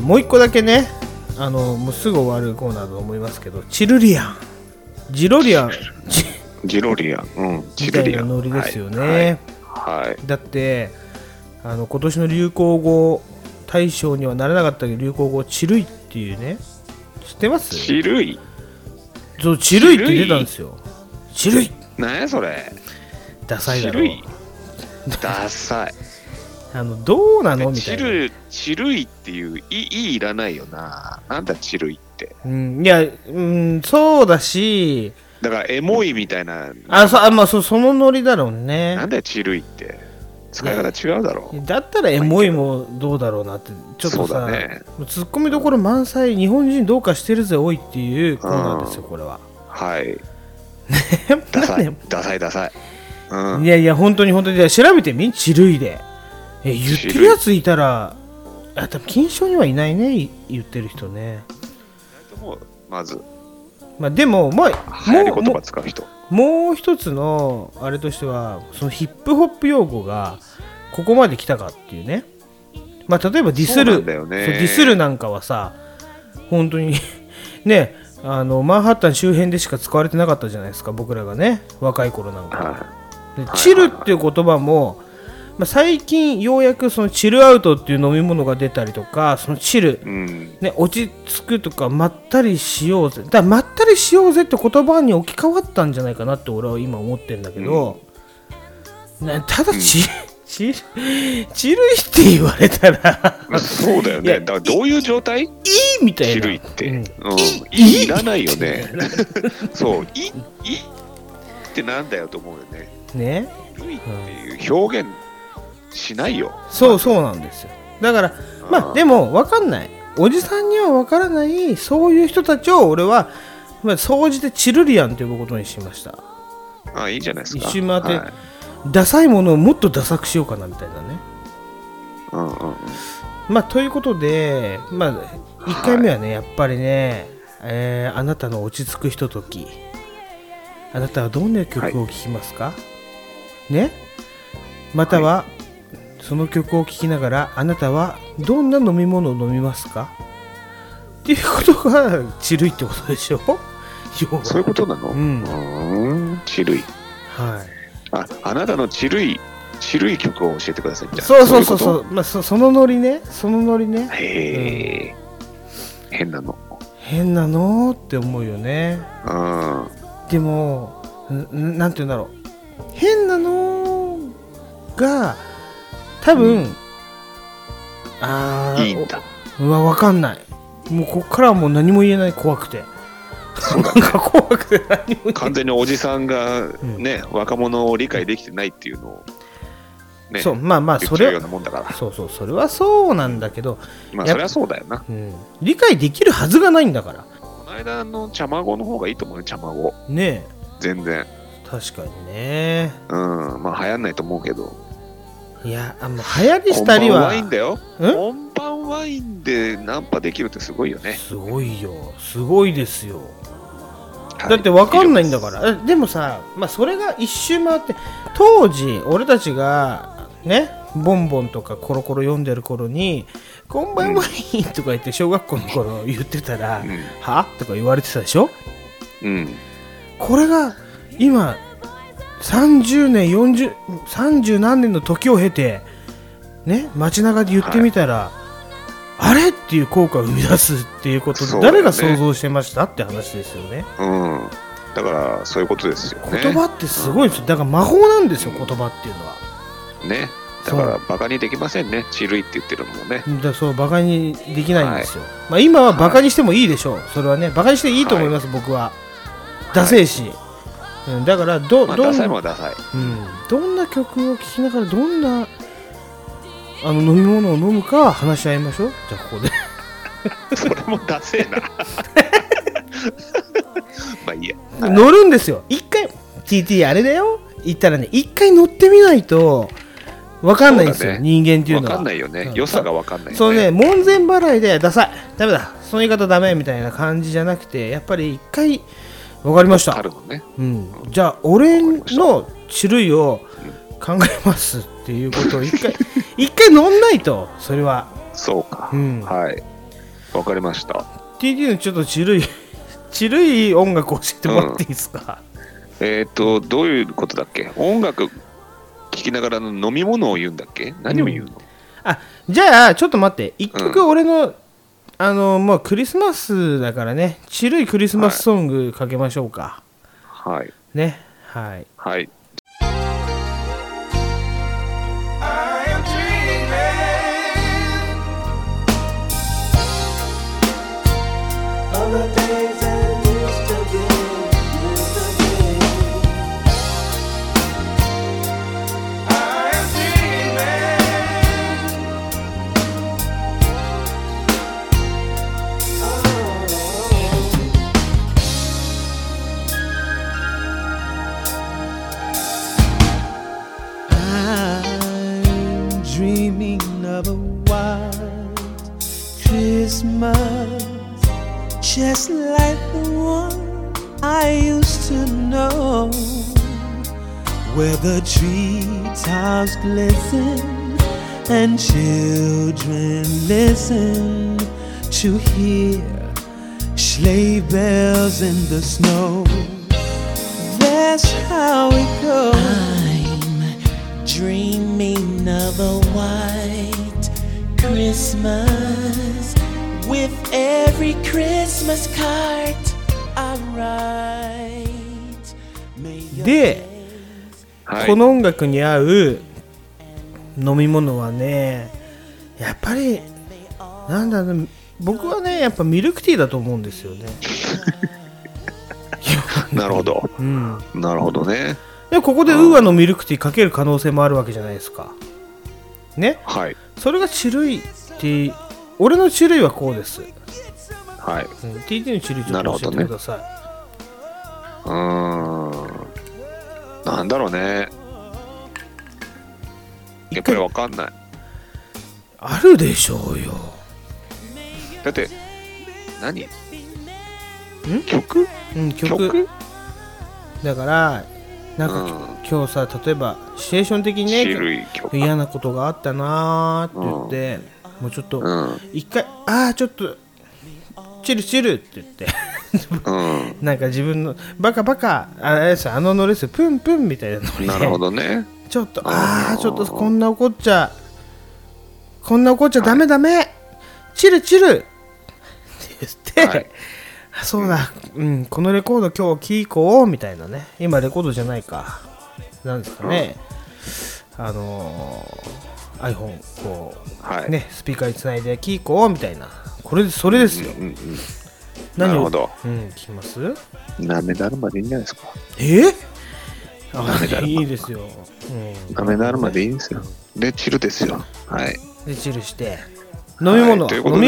もう一個だけね、もうすぐ終わるコーナーだと思いますけど、チルリアン、ジロリアン、 ジロリアン、うん、 みたいなノリですよね。 はい。 だって今年の流行語大賞にはならなかったけど、流行語チルイっていうね、知ってます？ チルイ。 そう、チルイって出たんですよ。チルイ。 何やそれ。 ダサいだろ。チルイ。 ダサい。 どうなのみたいな。 チルイっていういらないよな。なんだチルイって。 いや、そうだし。 だからエモいみたいな。 そのノリだろうね。 なんだよチルイって。使い方違うだろう。 だったらエモいもどうだろうなって、ちょっとさ、ツッコミどころ満載、日本人どうかしてるぜおいっていうコーナーですよ、これは。 はい。ダサい。 いやいや、本当に調べてみ、チルイで。言ってるやついたら、多分金賞にはいないね、言ってる人ね。 まず。 でも、 流行り言葉使う人。 もう一つのあれとしては、そのヒップホップ用語がここまで来たかっていうね。例えばディスる、ディスるなんかはさ、本当にね、マンハッタン周辺でしか使われてなかったじゃないですか、僕らがね、若い頃なんか。チルっていう言葉も、最近ようやくそのチルアウトっていう飲み物が出たりとか、そのチル、ね、落ち着くとか、まったりしようぜ、まったりしようぜって言葉に置き換わったんじゃないかなって俺は今思ってるんだけど、ただチルイって言われたらそうだよね。だからどういう状態？いいみたいな。 チルイって、いらないよね。そう、いってなんだよと思うよね。 ね。 チルイっていう表現しないよ。 そうなんですよ。だからでも分かんない、おじさんには分からないそういう人たちを俺は総じてチルリアンと呼ぶことにしました。 いいじゃないですか。 一周回って、ダサいものをもっとダサくしようかなみたいなね。ということで1回目はね、やっぱりね、あなたの落ち着くひととき、あなたはどんな曲を聴きますか、ね、または、その曲を聴きながらあなたはどんな飲み物を飲みますかっていうことがチルイってことでしょ。 そういうことなの？チルイ。あなたのチルイ曲を教えてくださいみたいな。 そうそのノリね。 へえ、変なのって思うよね。でもなんて言うんだろう、変なのが多分、 いいんだ。 分かんない。もうこっからはもう何も言えない、怖くて。怖くて何も言えない。 完全におじさんがね、若者を理解できてないっていうのをね、 それはようなもんだから。それはそうなんだけど、 それはそうだよな。 理解できるはずがないんだから。 この間の茶孫の方がいいと思うよ、茶孫。 ねえ。 全然。 確かにね。 流行んないと思うけど。 いや、流行りしたりは。 本番ワインだよ。本番ワインでナンパできるってすごいよね。 すごいよ。すごいですよ。だって分かんないんだから。でもさ、それが一周回って、当時俺たちがね、ボンボンとかコロコロ読んでる頃に、本番ワインとか言って小学校の頃言ってたら、はとか言われてたでしょ。これが今30年30何年の時を経てね、街中で言ってみたら、あれっていう効果を生み出すっていうことで、誰が想像してましたって話ですよね。 だからそういうことですよね。 言葉ってすごいですよ。だから魔法なんですよ、言葉っていうのはね。だからバカにできませんね、チルイって言ってるのもね。 そうバカにできないんですよ。今はバカにしてもいいでしょう。それはね、バカにしていいと思います、僕は。ダセえし、だからダサいもんダサい。 どんな曲を聴きながらどんな飲み物を飲むか話し合いましょう。じゃあここでそれもダセえな。いいや。 乗るんですよ。一回 TT あれだよ。言ったらね、一回乗ってみないと分かんないんですよ、人間っていうのは。 分かんないよね。良さが分かんないよね。 そうね、門前払いでダサい、ダメだ、その言い方ダメみたいな感じじゃなくて、やっぱり一回分かりました。じゃあ俺の種類を考えますっていうことを一回飲んないと、それは。 そうか。 わかりました。 TT のちょっとチルい音楽を教えてもらっていいですか？ どういうことだっけ？音楽聴きながらの飲み物を言うんだっけ？何を言うの？ じゃあちょっと待って、一曲俺の、もうクリスマスだからね、チルいクリスマスソングかけましょうか。 はい。 ね。はい。 はい。 Just like the one I used to know, where the treetops glisten and children listen to hear sleigh bells in the snow. That's how it goes. I'm dreaming of a white Christmas with every Christmas card I write. で、この音楽に合う飲み物はね、やっぱりなんだろう、僕はねやっぱミルクティーだと思うんですよね。 なるほど、うん、なるほどね。 でここでウーアのミルクティーかける可能性もあるわけじゃないですかね。 はい。 それがチルイって俺のチルイはこうです。 はい。 TT のチルイちょっと教えてください。 なんだろうね。やっぱりわかんない。 あるでしょうよ。 だって何？曲？ 曲。だからなんか、今日さ、例えばシチュエーション的にね嫌なことがあったなーって言って、もうちょっと一回ちょっとチルって言って、なんか自分のバカあれですよ、ノリですよ、プンプンみたいなノリで。 なるほどね。 ちょっとちょっとこんな怒っちゃダメ、チルって言って、はい、そうだ、このレコード今日聴こうみたいなね。今レコードじゃないか、なんですかね、iPhone こう、ね、スピーカーにつないで聴こうみたいな、それですよ。 なるほど。 聞きます？ なめだるまでいいんじゃないですか。 いいですよ。 なめだるまでいいんですよ。でチルですよ。はい。 でチルして飲み物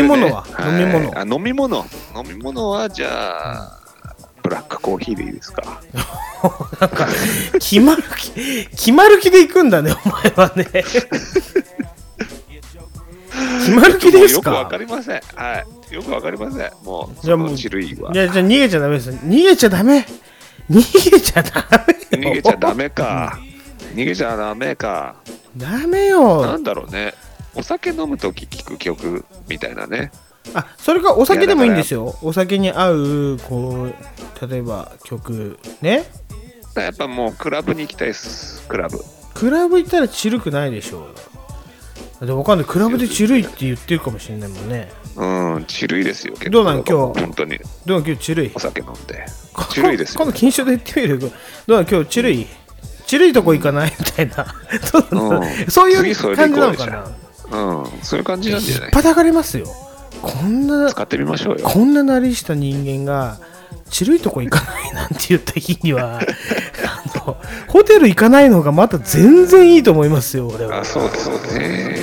はじゃあブラックコーヒーでいいですか。 なんか決まる気で行くんだねお前はね。決まる気ですか。 よくわかりません。はい。よくわかりません。もうじゃあもうチルいわ。 じゃあ逃げちゃダメです。逃げちゃダメか。ダメよ。 なんだろうね。お酒飲むとき聴く曲みたいなね。 それがお酒でもいいんですよ。お酒に合うこう例えば曲ね。 やっぱもうクラブに行きたいです。クラブ行ったらチルくないでしょう。でわかんない。クラブでチルいって言ってるかもしれないもんね。 チルいですよ。 どうなん今日。 本当に。 どうなん今日チルい。 お酒飲んで。チルいですよ。 今度禁酒で言ってみる。どうなん今日チルいとこ行かないみたいな。そういう感じなのかな。 そういう感じなんじゃない。 叩かれますよ。こんな使ってみましょうよ。 こんななりした人間がチルいとこ行かないなんて言った日にはホテル行かないのがまた全然いいと思いますよ俺は。 そうですね。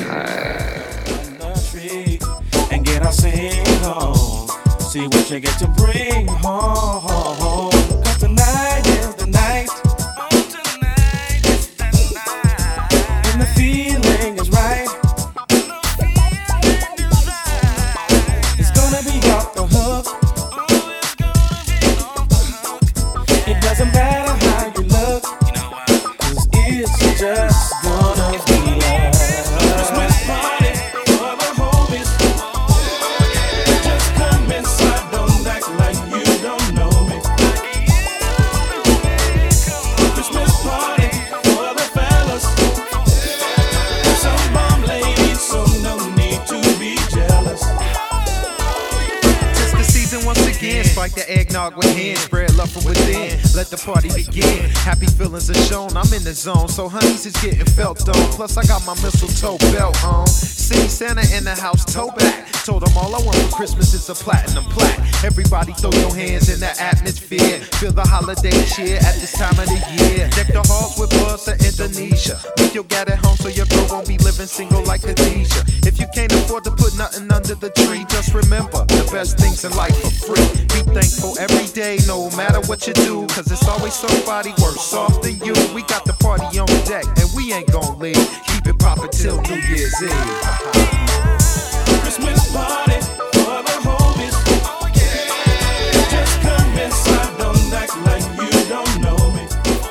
like the eggnog with hands. Spread love from within, let the party begin. Happy feelings are shown, I'm in the zone. So honeys is getting felt on. Plus I got my mistletoe belt on. See Santa in the house, toe back. Told them all I want for Christmas is a platinum plaque. Everybody throw your hands in the atmosphere. Feel the holiday cheer at this time of the year. Deck the halls with buzz to Indonesia. Make your gat at home so your girl won't be living single like Khadijah. If you can't afford to put nothing under the tree, just remember the best things in life are free. Be thankful every day, no matter what you do, cause it's always somebody worse off than you. We got the party on deck and we ain't gon' leave. Keep it poppin' till New Year's Eve. Christmas party for the homies. Oh yeah. Just come inside, don't act like you don't know me.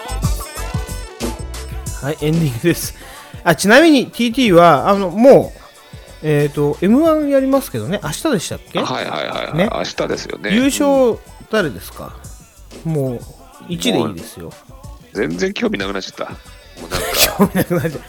はい、エンディングです。ちなみに TT はもうM1 やりますけどね。明日でしたっけ？ はいはいはい、ね、明日ですよね。 優勝誰ですか？もう1でいいですよ。 全然興味なくなっちゃった。 興味なくなっちゃった。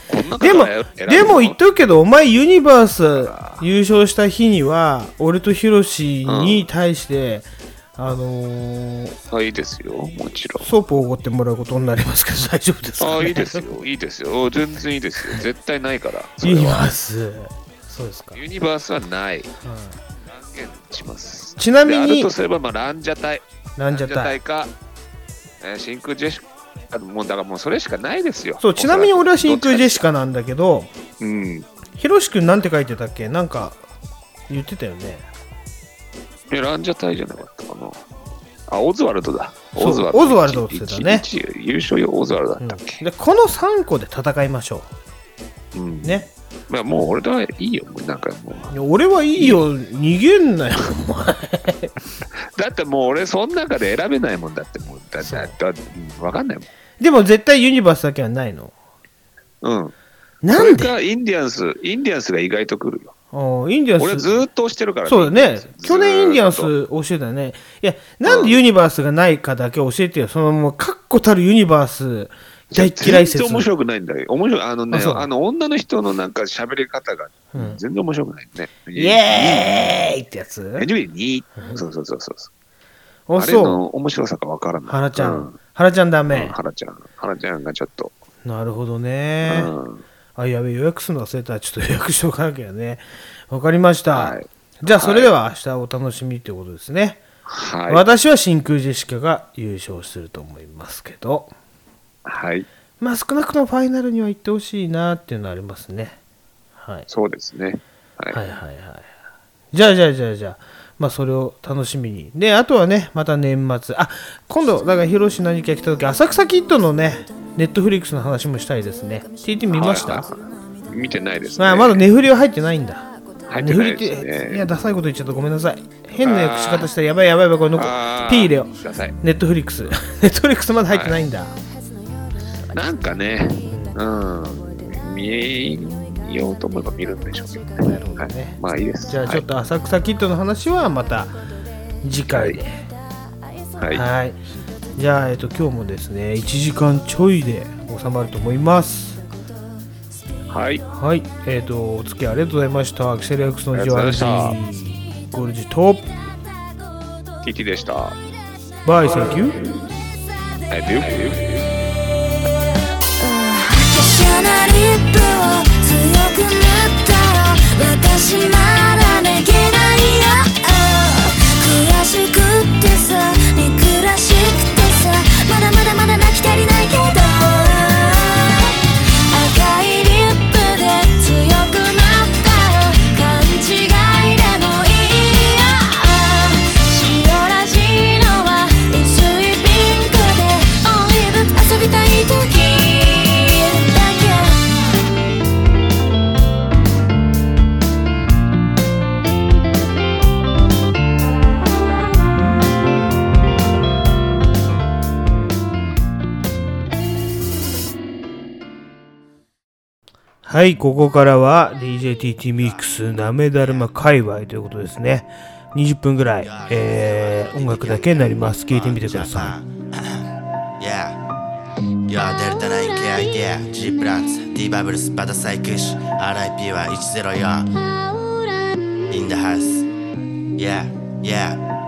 でも言っとくけど、お前ユニバース優勝した日には俺とヒロシに対して、 いいですよ、もちろん。 ソープをおごってもらうことになりますけど大丈夫ですか、ね？ いいですよ、いいですよ、全然いいですよ、絶対ないから。 ユニバース、そうですか。 ユニバースはない。断言します。 ちなみに、 あるとすれば、ランジャタイか、真空ジェシカ。もうだからもうそれしかないですよ。 そう、ちなみに俺は真空ジェシカなんだけど、ヒロシ君なんて書いてたっけ？なんか言ってたよね。 ランジャタイじゃなかったかな。オズワルドだ。 オズワルドって言ってたね。 優勝よ、オズワルドだったっけ？ でこの3個で戦いましょう。ね。 もう俺はいいよ、なんかもう。俺はいいよ、逃げんなよ、お前。 だってもう俺その中で選べないもんだって、もう分かんないもん。 でも絶対ユニバースだけはないの。なんで？ それかインディアンスが意外と来るよ。 インディアンス。 俺ずっと押してるから。 そうだね。去年インディアンス教えたよね。いや、なんでユニバースがないかだけ教えてよ。そのもう確固たるユニバース大嫌い説。 全然面白くないんだよ。面白い。女の人のなんか喋り方が全然面白くないね。 イエーイってやつ？ そう。あれの面白さがわからない。 原ちゃんダメ。 原ちゃんがちょっと。 なるほどね。やべえ、予約するの忘れたらちょっと予約しておかなきゃね。わかりました。じゃあそれでは明日お楽しみということですね。私は真空ジェシカが優勝すると思いますけど。 はい。 少なくともファイナルには行ってほしいなっていうのはありますね。はい。 そうですね。 はい。じゃあ、それを楽しみに。で、あとはね、また年末。今度、だから、ヒロシ何か来たとき、浅草キッドのね、ネットフリックスの話もしたいですね。TT 見ました？ 見てないですね。 まだ値振りは入ってないんだ。 入ってないですね。 いや、ダサいこと言っちゃった。ごめんなさい。変な訳し方したらやばい、これP 入れよう。ネットフリックス。ネットフリックスまだ入ってないんだ。 なんかね、見ようと思えば見るんでしょうけどね。 なるほどね。 いいです。 じゃあちょっと浅草キッドの話はまた次回で。はい。じゃあ今日もですね、1時間ちょいで収まると思います。 はい。 お付き合いありがとうございました。アクセル X のジョアンジーゴルジと TT でした。 バイ、センキュー。 なリップを強く塗ったよ。私まだ寝けないよ。悔しくってさ、憎らしくてさ、まだ泣き足りないけど、赤いリップで強くなったよ。勘違いでもいいよ。白らしいのは薄いピンクで、オリーブ遊びたい時はい、ここからは DJTT ミックスなめだるま界隈ということですね。20分ぐらい、音楽だけになります。聴いてみてください。 デルタ 9KID G プランツ D バブルスバタサイクシ RIP は104 In the house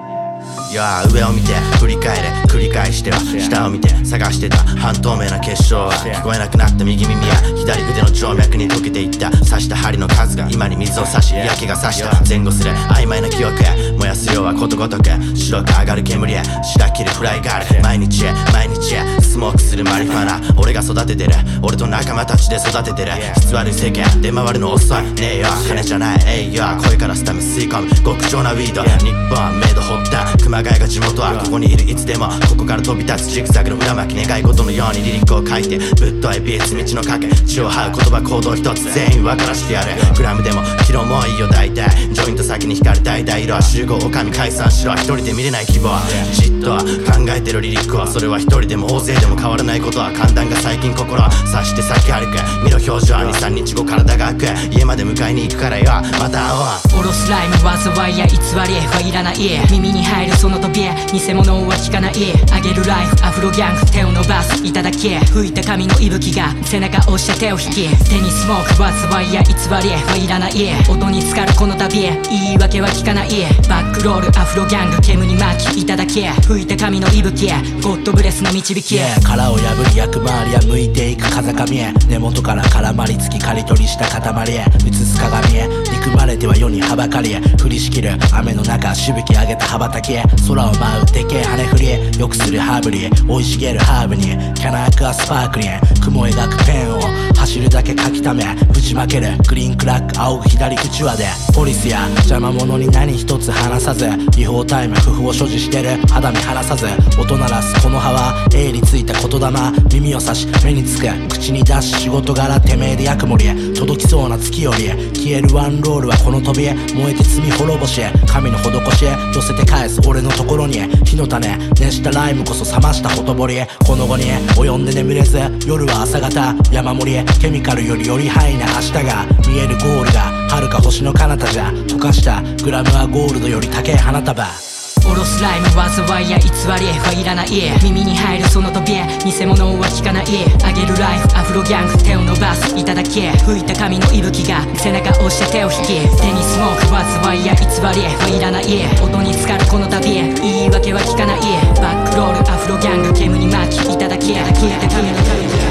いや上を見て振り返れ繰り返しては下を見て探してた半透明な結晶は聞こえなくなった右耳や左腕の静脈に溶けていった刺した針の数が今に水を差し嫌気がさした前後すれ曖昧な記憶へ燃やす量はことごとく白く上がる煙へ白切るフライガール毎日へ毎日へスモークするマリファナ俺が育ててる俺と仲間たちで育ててる質悪い世間出回るの遅いねえよ金じゃないえいよ声からスタム吸い込む極上なウィード日本メイド発端熊谷が地元はここにいるいつでもここから飛び立つジグザグの裏巻き願い事のようにリリックを書いてぶっといビーツ道の影血を這う言葉行動一つ全員分からしてやるグラムでもキロもいいよ大体ジョイント先に光る大々色は集合おかみ解散しろ一人で見れない希望じっと考えてるリリックはそれは一人でも大勢でも変わらないことは簡単が最近心を察して先歩く見ろ表情は 2,3 日後体が開く家まで迎えに行くからよまた会おうおろすライム災いや偽りはいらない耳に入るその飛び偽物は聞かないあげるライフアフロギャング手を伸ばすいただき吹いた髪の息吹が背中押して手を引き手にスモーク災いや偽りはいらない音に浸かるこの旅言い訳は聞かないバックロールアフロギャング煙に巻きいただき吹いた髪の息吹ゴッドブレスの導き殻を破り役回りや向いていく風上へ根元から絡まりつき刈り取りした塊へ映す鏡へ憎まれては世にはばかりへ降りしきる雨の中しぶき上げた羽ばたきへ空を舞うでけえ羽振りよくするハーブリ生い茂るハーブにキャナークはスパークリン雲描くペンを走るだけ書きためぶちまけるグリーンクラック仰ぐ左口輪でポリスや邪魔者に何一つ話さず違法タイム不符を所持してる肌身離さず音鳴らすこの葉は鋭利ついた言霊耳を差し目につく口に出し仕事柄てめえで役盛り届きそうな月より消えるワンロールはこの飛び燃えて罪滅ぼし神の施し寄せて返す俺のところに火の種熱したライムこそ冷ましたほとぼりこの後に及んで眠れず夜は朝方山盛りケミカルよりよりハイな明日が見えるゴールが遥か星の彼方じゃ溶かしたグラムはゴールドより高い花束おろすライム災いや偽りはいらない耳に入るその飛び偽物は聞かないあげるライフアフロギャング手を伸ばすいただき吹いた髪の息吹が背中押して手を引き手にスモーク災いや偽りはいらない音に浸かるこの旅言い訳は聞かないバックロールアフロギャング煙に巻きいただき吹いた髪の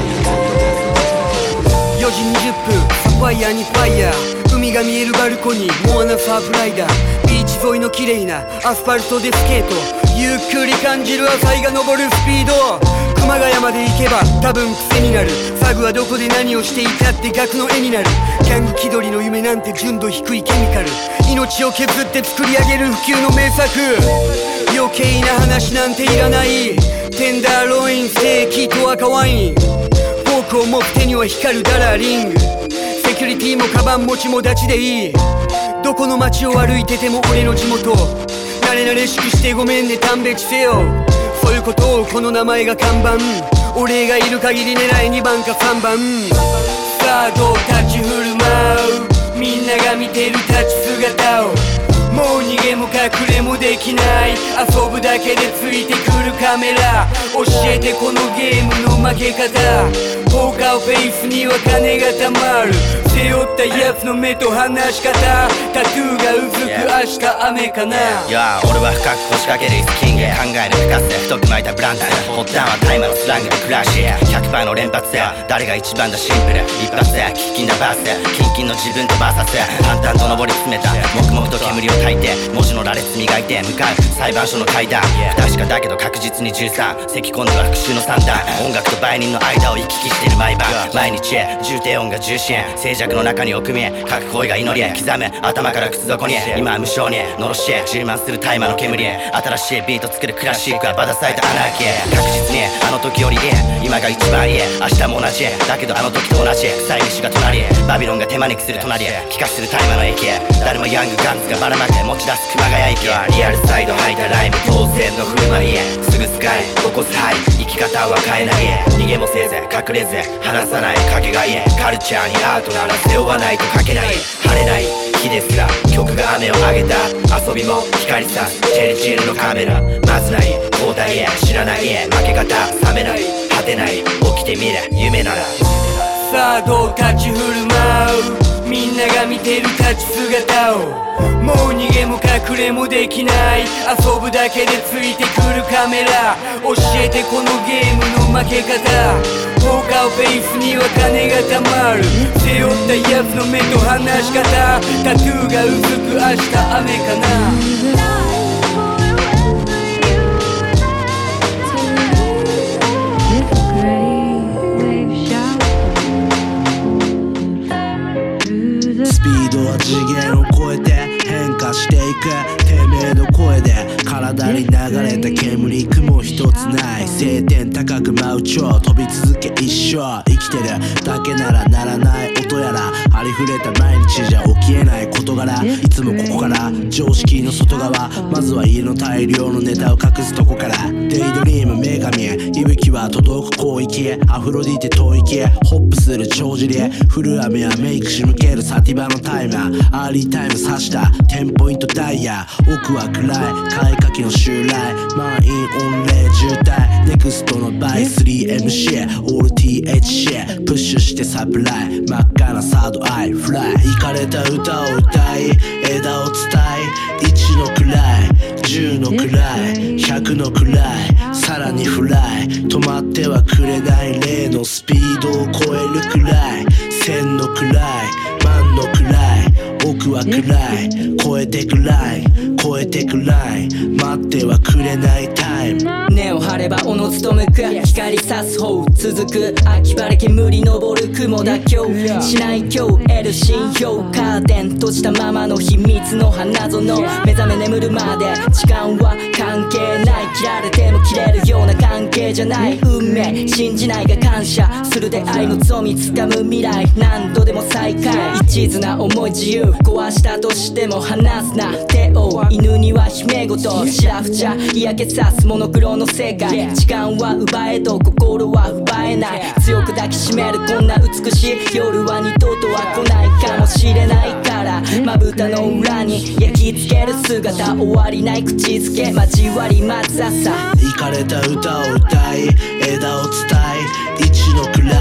4時20分サファイアにファイヤー海が見えるバルコニーモアナサーフライダービーチ沿いの綺麗なアスファルトでスケートゆっくり感じる朝日が昇るスピード熊谷まで行けば多分癖になるサグはどこで何をしていたって額の絵になるギャング気取りの夢なんて純度低いケミカル命を削って作り上げる普及の名作余計な話なんていらないテンダーロインステーキと赤ワインフォークを持く手には光るダラーリングセキュリティもカバン持ちもダチでいいどこの街を歩いてても俺の地元慣れ慣れしくしてごめんね堪別せよそういうことをこの名前が看板俺がいる限り狙い2番か3番さあどう立ち振る舞うみんなが見てる立ち姿をもう逃げも隠れもできない遊ぶだけでついてくるカメラ教えてこのゲームの負け方ポーカーフェイスには金がたまる背負ったやつの目と話し方タトゥーがうずく明日雨かな俺は深く腰掛けるイスキング考える深瀬太く巻いたブランド発端は大麻のスラングでクラッシュ100%の連発誰が一番だシンプル一発喫緊なバースキンキンの自分とバーサス淡々と上り詰めた黙々と煙を焚いて文字の羅列磨いて向かう裁判所の階段不確かだけど確実に13咳込んでは復讐の三段音楽と売人の間を行き来してる毎晩毎日重低音が重心静寂の中に奥見え各声が祈り刻む頭から靴底に今は無性にのろし充満する大麻の煙新しいビート作るクラシックはバダサイトアナーキー確実にあの時よりいい今が一番いい明日も同じだけどあの時と同じ臭い飯が隣バビロンが手招きする隣気化する大麻の駅誰もヤングガンズがばらまく持ち出す熊谷駅リアルサイド吐いたライブ当然の振る舞いすぐスカイ起こすハイ生き方は変えない逃げもせず隠れず話さないかけがいカルチャーにアートなら背負わないと書けない晴れない日ですら曲が雨をあげた遊びも光さすチェリチールのカメラまずない交代へ知らない負け方冷めない果てない起きてみれ夢ならさあどう立ち振る舞うみんなが見見てる立ち姿をもう逃げも隠れもできない遊ぶだけでついてくるカメラ教えてこのゲームの負け方ポーカーフェイスには金がたまる背負ったやつの目と話し方タトゥーがうずく明日雨かなスピードは次元を超えて変化していくてめえの声で体に流れた煙雲一つない晴天高く舞う蝶飛び続け一生生きてるだけならならない音やらありふれた毎日じゃ起きえない事柄いつもここから常識の外側まずは家の大量のネタを隠すとこからデイドリーム女神へ息吹は届く広域へアフロディーテ吐息へホップする帳尻へ降る雨はメイク仕向けるサティバのタイマーアーリータイム刺したテンポイントダイヤ奥は暗い買いかけの襲来満員御礼渋滞ネクストの倍 3MC オール THC プッシュしてサプライ真っ赤なサードアイフライイかれた歌を歌い枝を伝え1の位10の位100の位さらにフライ止まってはくれない例のスピードを超えるくらい1000の位万の位奥は暗い超えてくライン超えてくライン待ってはくれないタイム根を張ればおのずと向く光差す方続く秋晴れ煙昇る雲妥協しない今日得る信用カーテン閉じたままの秘密の花園目覚め眠るまで時間は関係ない切られても切れるような関係じゃない運命信じないが感謝する出会いの罪掴む未来何度でも再会一途な思い自由壊したとしても離すな手を犬には姫ごとシラフ茶嫌気さすモノクロの世界時間は奪えど心は奪えない強く抱きしめるこんな美しい夜は二度とは来ないかもしれないからまぶたの裏に焼き付ける姿終わりない口づけ交わり待つ朝イかれた歌を歌い枝を伝え1の位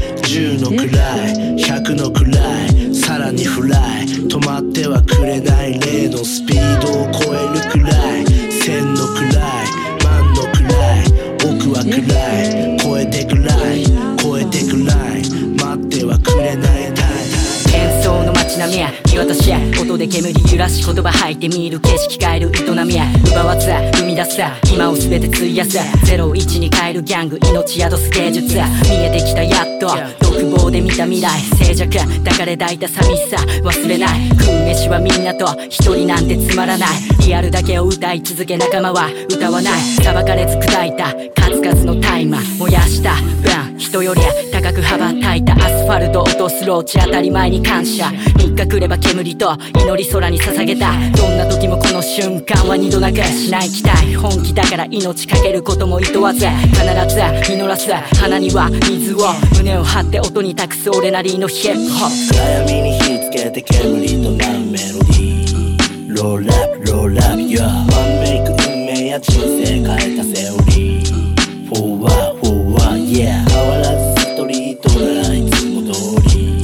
10の位100の位さらにフライ止まってはくれない例のスピードを超えるくらい1000の位万の位奥は暗い超えてくライン超えてくライン待ってはくれないタイム演奏の街並みへ見渡しへ音で煙揺らし言葉吐いてみる景色変える営みへ奪わず生み出す今を全て費やす01に変えるギャング命宿す芸術見えてきたやっと独房で見た未来静寂抱かれ抱いた寂しさ忘れない食う飯はみんなと一人なんてつまらないリアルだけを歌い続け仲間は歌わない裁かれず砕いた数々の大麻燃やした分人より高く羽ばたいたアスファルト落とすローチ当たり前に感謝3日来れば煙と祈り空に捧げたどんな時もこの瞬間は二度なくしない期待本気だから命かけることも厭わず必ず実らす花には水を胸を張って音に託す俺なりのヒップホップ暗闇に火つけて煙となるメロディーローラップローラップ Yeah ワンメイク運命や人生変えたセオリーフォーワーフォーワー Yeah 変わらずストリートならいつも通り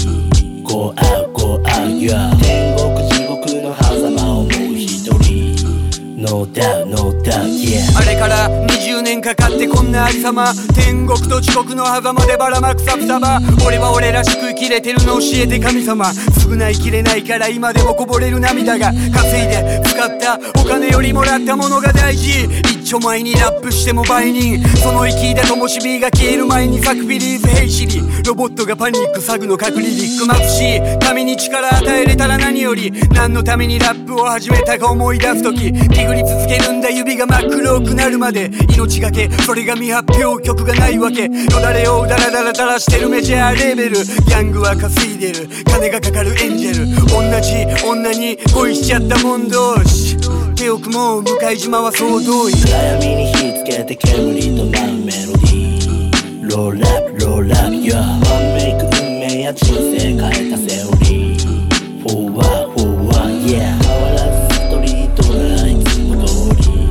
Go out go out Yeah 天国地獄の狭間をもう一人 No doubt no doubt Yeah あれから20年かかってこんなありさま天国と地獄の狭間でばらまくサブサバ俺は俺らしく生きれてるの教えて神様償いきれないから今でもこぼれる涙が稼いで使ったお金よりもらったものが大事一丁前にラップしても売人その息で灯火が消える前に咲くビリーズヘイシリロボットがパニックサグの隠れリック眩しい神に力与えれたら何より何のためにラップを始めたか思い出すときディグり続けるんだ指が真っ黒くなるまで命がけそれが未発表曲がないわけよだれをダラダラダラしてるメジャーレベルギャングは稼いでる金がかかるエンジェル同じ女に恋しちゃったもん同士手を組もう向島は総動員暗闇に火つけて煙となるメロディーローラップローラップ Yeah ワンメイク運命や人生変えたセオリーフォーワーフォーワー Yeah 変わらずストリートならいつも通り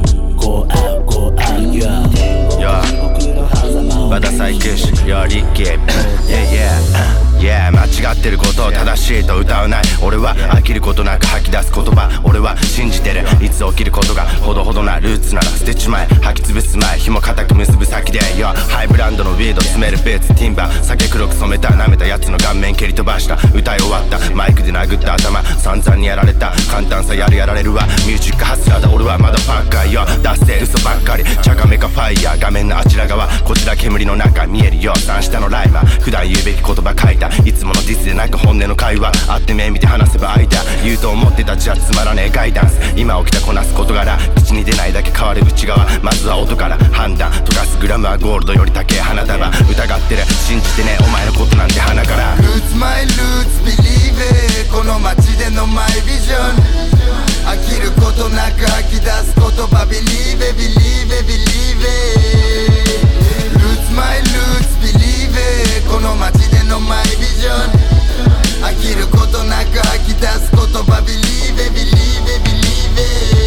Go out go out Yeah 天国地獄の狭間をまだ再建式よりッキー Yeah yeah Yeah 間違ってることを正しいと歌わない。俺は飽きることなく吐き出す言葉。俺は信じてる、いつ起きることがほどほどなルーツなら捨てちまえ。吐き潰す前、紐固く結ぶ先でよ。ハイブランドのウィード詰めるベーツティンバー。酒黒く染めた舐めたやつの顔面蹴り飛ばした。歌い終わったマイクで殴った頭、散々にやられた。簡単さやられるわ。ミュージックハスラーだ俺はまだパッカーよ。脱線嘘ばっかり、チャカメカファイヤー。画面のあちら側、こちら煙の中見えるよ。三下のライマー、普段言うべき言葉書いた。いつものディスでなく本音の会話。会って目見て話せば間、言うと思ってたじゃつまらねえガイダンス。今起きたこなす事柄、口に出ないだけ変わる内側。まずは音から判断、溶かすグラムはゴールドより高え花束。疑ってる、信じてねお前のことなんて鼻から。 Roots my roots believe it、 この街でのマイビジョン。飽きることなく吐き出す言葉 Believe it believe it believe it。 Roots my roots believe it、 この街でのマイビジョン。飽きることなく吐き出す言葉 Believe it believe it believe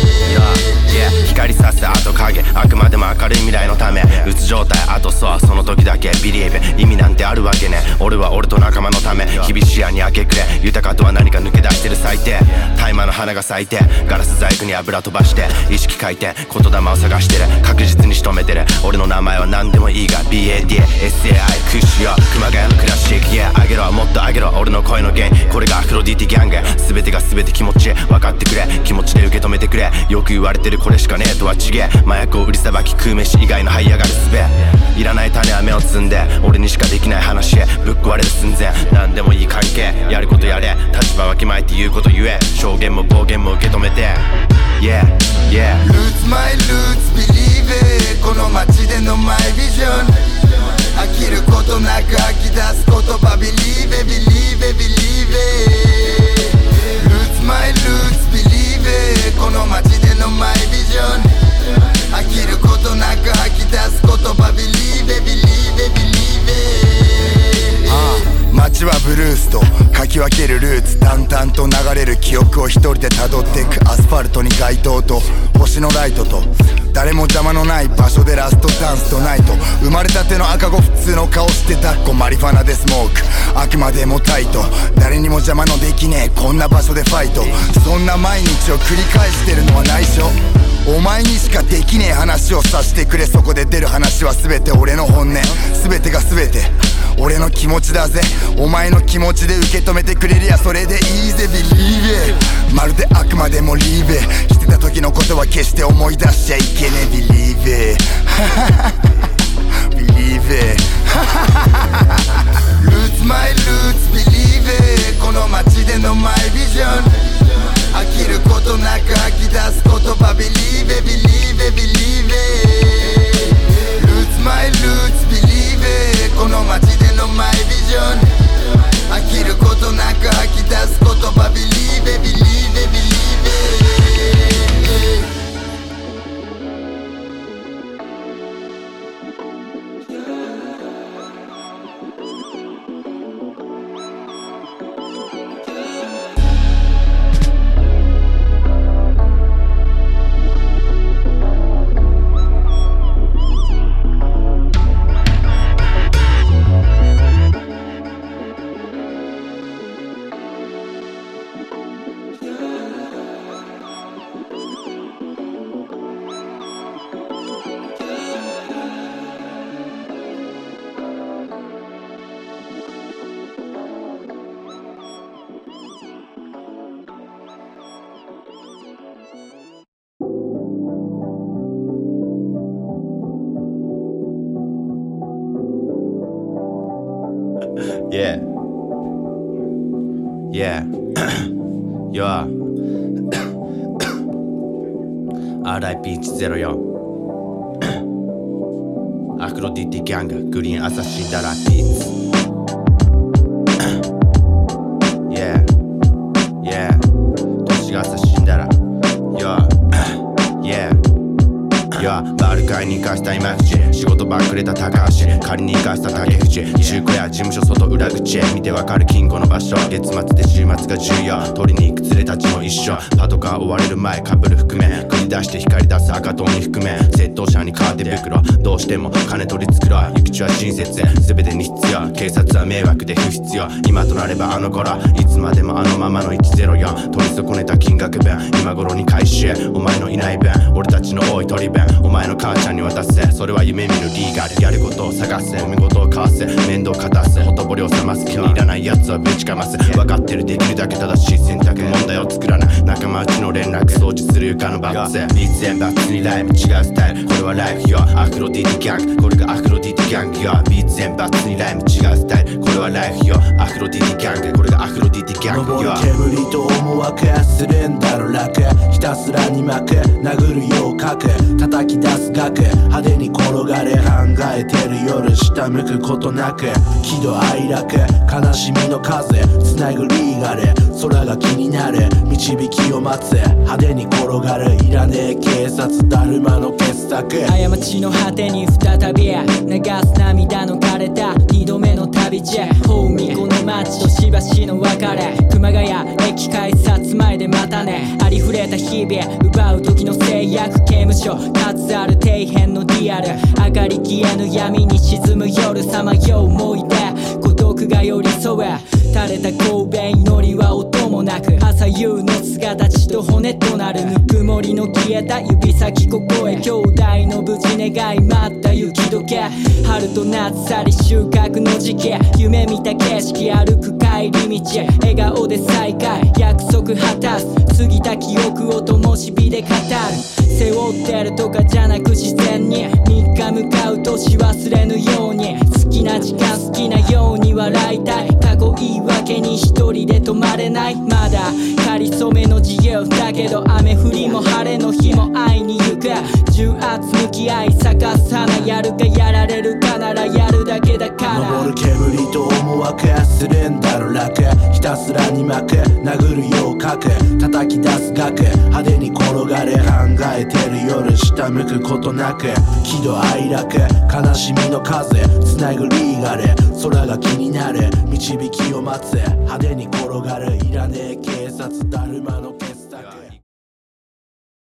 it。 光さす後影、あくまでも明るい未来のため。うつ状態あとそうその時だけ Believe、 意味なんてあるわけね。俺は俺と仲間のため、日々視野に明け暮れ。豊かとは何か抜け出してる最低。大麻の花が咲いて、ガラス細工に油飛ばして。意識回転、言霊を探してる、確実に仕留めてる。俺の名前は何でもいいが BADSAI クッシュよ。熊谷のクラシック、yeah、上げろもっと上げろ俺の声の弦。これがアフロディティギャング、全てが全て気持ち分かってくれ。気持ちで受け止めてくれ。よく言われてるこれしかねえとは違え。麻薬を売りさばき食う飯以外の這い上がる術。いらない種は芽を摘んで、俺にしかできない話へぶっ壊れる寸前。何でもいい関係、やることやれ。立場わきまえて言うこと言え。証言も暴言も受け止めて Yeah yeah。 Roots my roots believe it、 この街でのマイビジョン。飽きることなく吐き出す言葉 Believe it believe it believe it。 Roots my roots believe it、 この街でのマイビジョン。飽きることなく吐き出す言葉 Believe it believe it believe it。 街はブルースとかき分けるルーツ。淡々と流れる記憶を一人で辿っていく。アスファルトに街灯と星のライトと、誰も邪魔のない場所でラストダンスとナイト。生まれたての赤子普通の顔して抱っこ。マリファナでスモーク、あくまでもタイト。誰にも邪魔のできねえこんな場所でファイト。そんな毎日を繰り返してるのは内緒。お前にしかできねえ話をさしてくれ。そこで出る話は全て俺の本音。全てが全て俺の気持ちだぜ。お前の気持ちで受け止めてくれりゃそれでいいぜ Believe it。 まるであくまでも Leave it。 してた時のことは決して思い出しちゃいけねえ Believe it Believe it Roots my roots believe it、 この街でのマイビジョン。飽きることなく吐き出す言葉 Believe it believe it believe it。 Roots my roots believe it、 この街でのマイビジョン。飽きることなく吐き出す言葉 Believe it believe it believe it。 Yeah Yeah Yo RIP104 アクロディティギャンググリーンアサシンダラビーツYeah Yeah 年が朝死んだら Yo Yeah Yo バルカイに生かした今口仕事ばっくれた高橋仮に生かした竹藤中古や事務所外裏口へ見てわかる金庫の場所月末で週末が重要取りに行く連れたちも一緒パトカー追われる前かぶる覆面繰り出して光り出す赤トンに覆面窃盗者にカーテ袋どうしても金取り繕う行く地は親切全てに必要警察は迷惑で不必要今となればあの頃いつまでもあのままの104取り損ねた金額分今頃に回収お前のいない分俺たちの多い取り分お前の母ちゃんに渡せそれは夢見るリーガルやることを探せ見事を交わせ面倒かたすほとぼりを冷ます気に入らないやつはぶちかます分かってるできるだけ正しい選択問題を作らない仲間内の連絡掃除する床のバッツビーツ全バッツにライム違うスタイルこれはライフよアフロディティギャングこれがアフロディティギャングよビーツ全バッツにライム違うスタイルこれはライフよアフロディティギャングこれがアフロディティギャングよ登る煙と思惑するんだろ楽ひたすらに巻く殴るよう書く叩き出す額派手に転がれ考えてる夜下向くことなく喜怒哀楽悲しみの風つなぐリーガル空が気になる導きを待つ派手に転がるいらねえ警察だるまの傑作過ちの果てに再び流す涙の枯れた二度目の旅路大海この街としばしの別れ熊谷駅改札前でまたねありふれた日々奪う時の制約刑務所数ある底辺のリアル明かり消えぬ闇に沈む夜さまよう思い出孤独が寄り添う垂れた神戸祈りは音もなく朝夕の姿血と骨となるぬくもりの消えた指先ここへ兄弟の無事願い待った雪解け春と夏去り収穫の時期夢見た景色歩く帰り道笑顔で再会約束果たす過ぎた記憶を灯火で語る背負ってるとかじゃなく自然に3日向かう年忘れぬように好きな時間好きなように笑いたい過去言い訳に一人で止まれないまだかりそめの自由だけど雨降りも晴れの日も会いに行く重圧向き合い咲かす花やるかやられるかならやるだけだから昇る煙と思惑するんだろ楽ひたすらに巻く殴るよう書く叩き出す額派手に転がれ考えてる夜下向くことなく喜怒哀楽悲しみの風つなぐリーガル空が気になる導きを待つ派手に転がるいらねえ警察だるまの傑作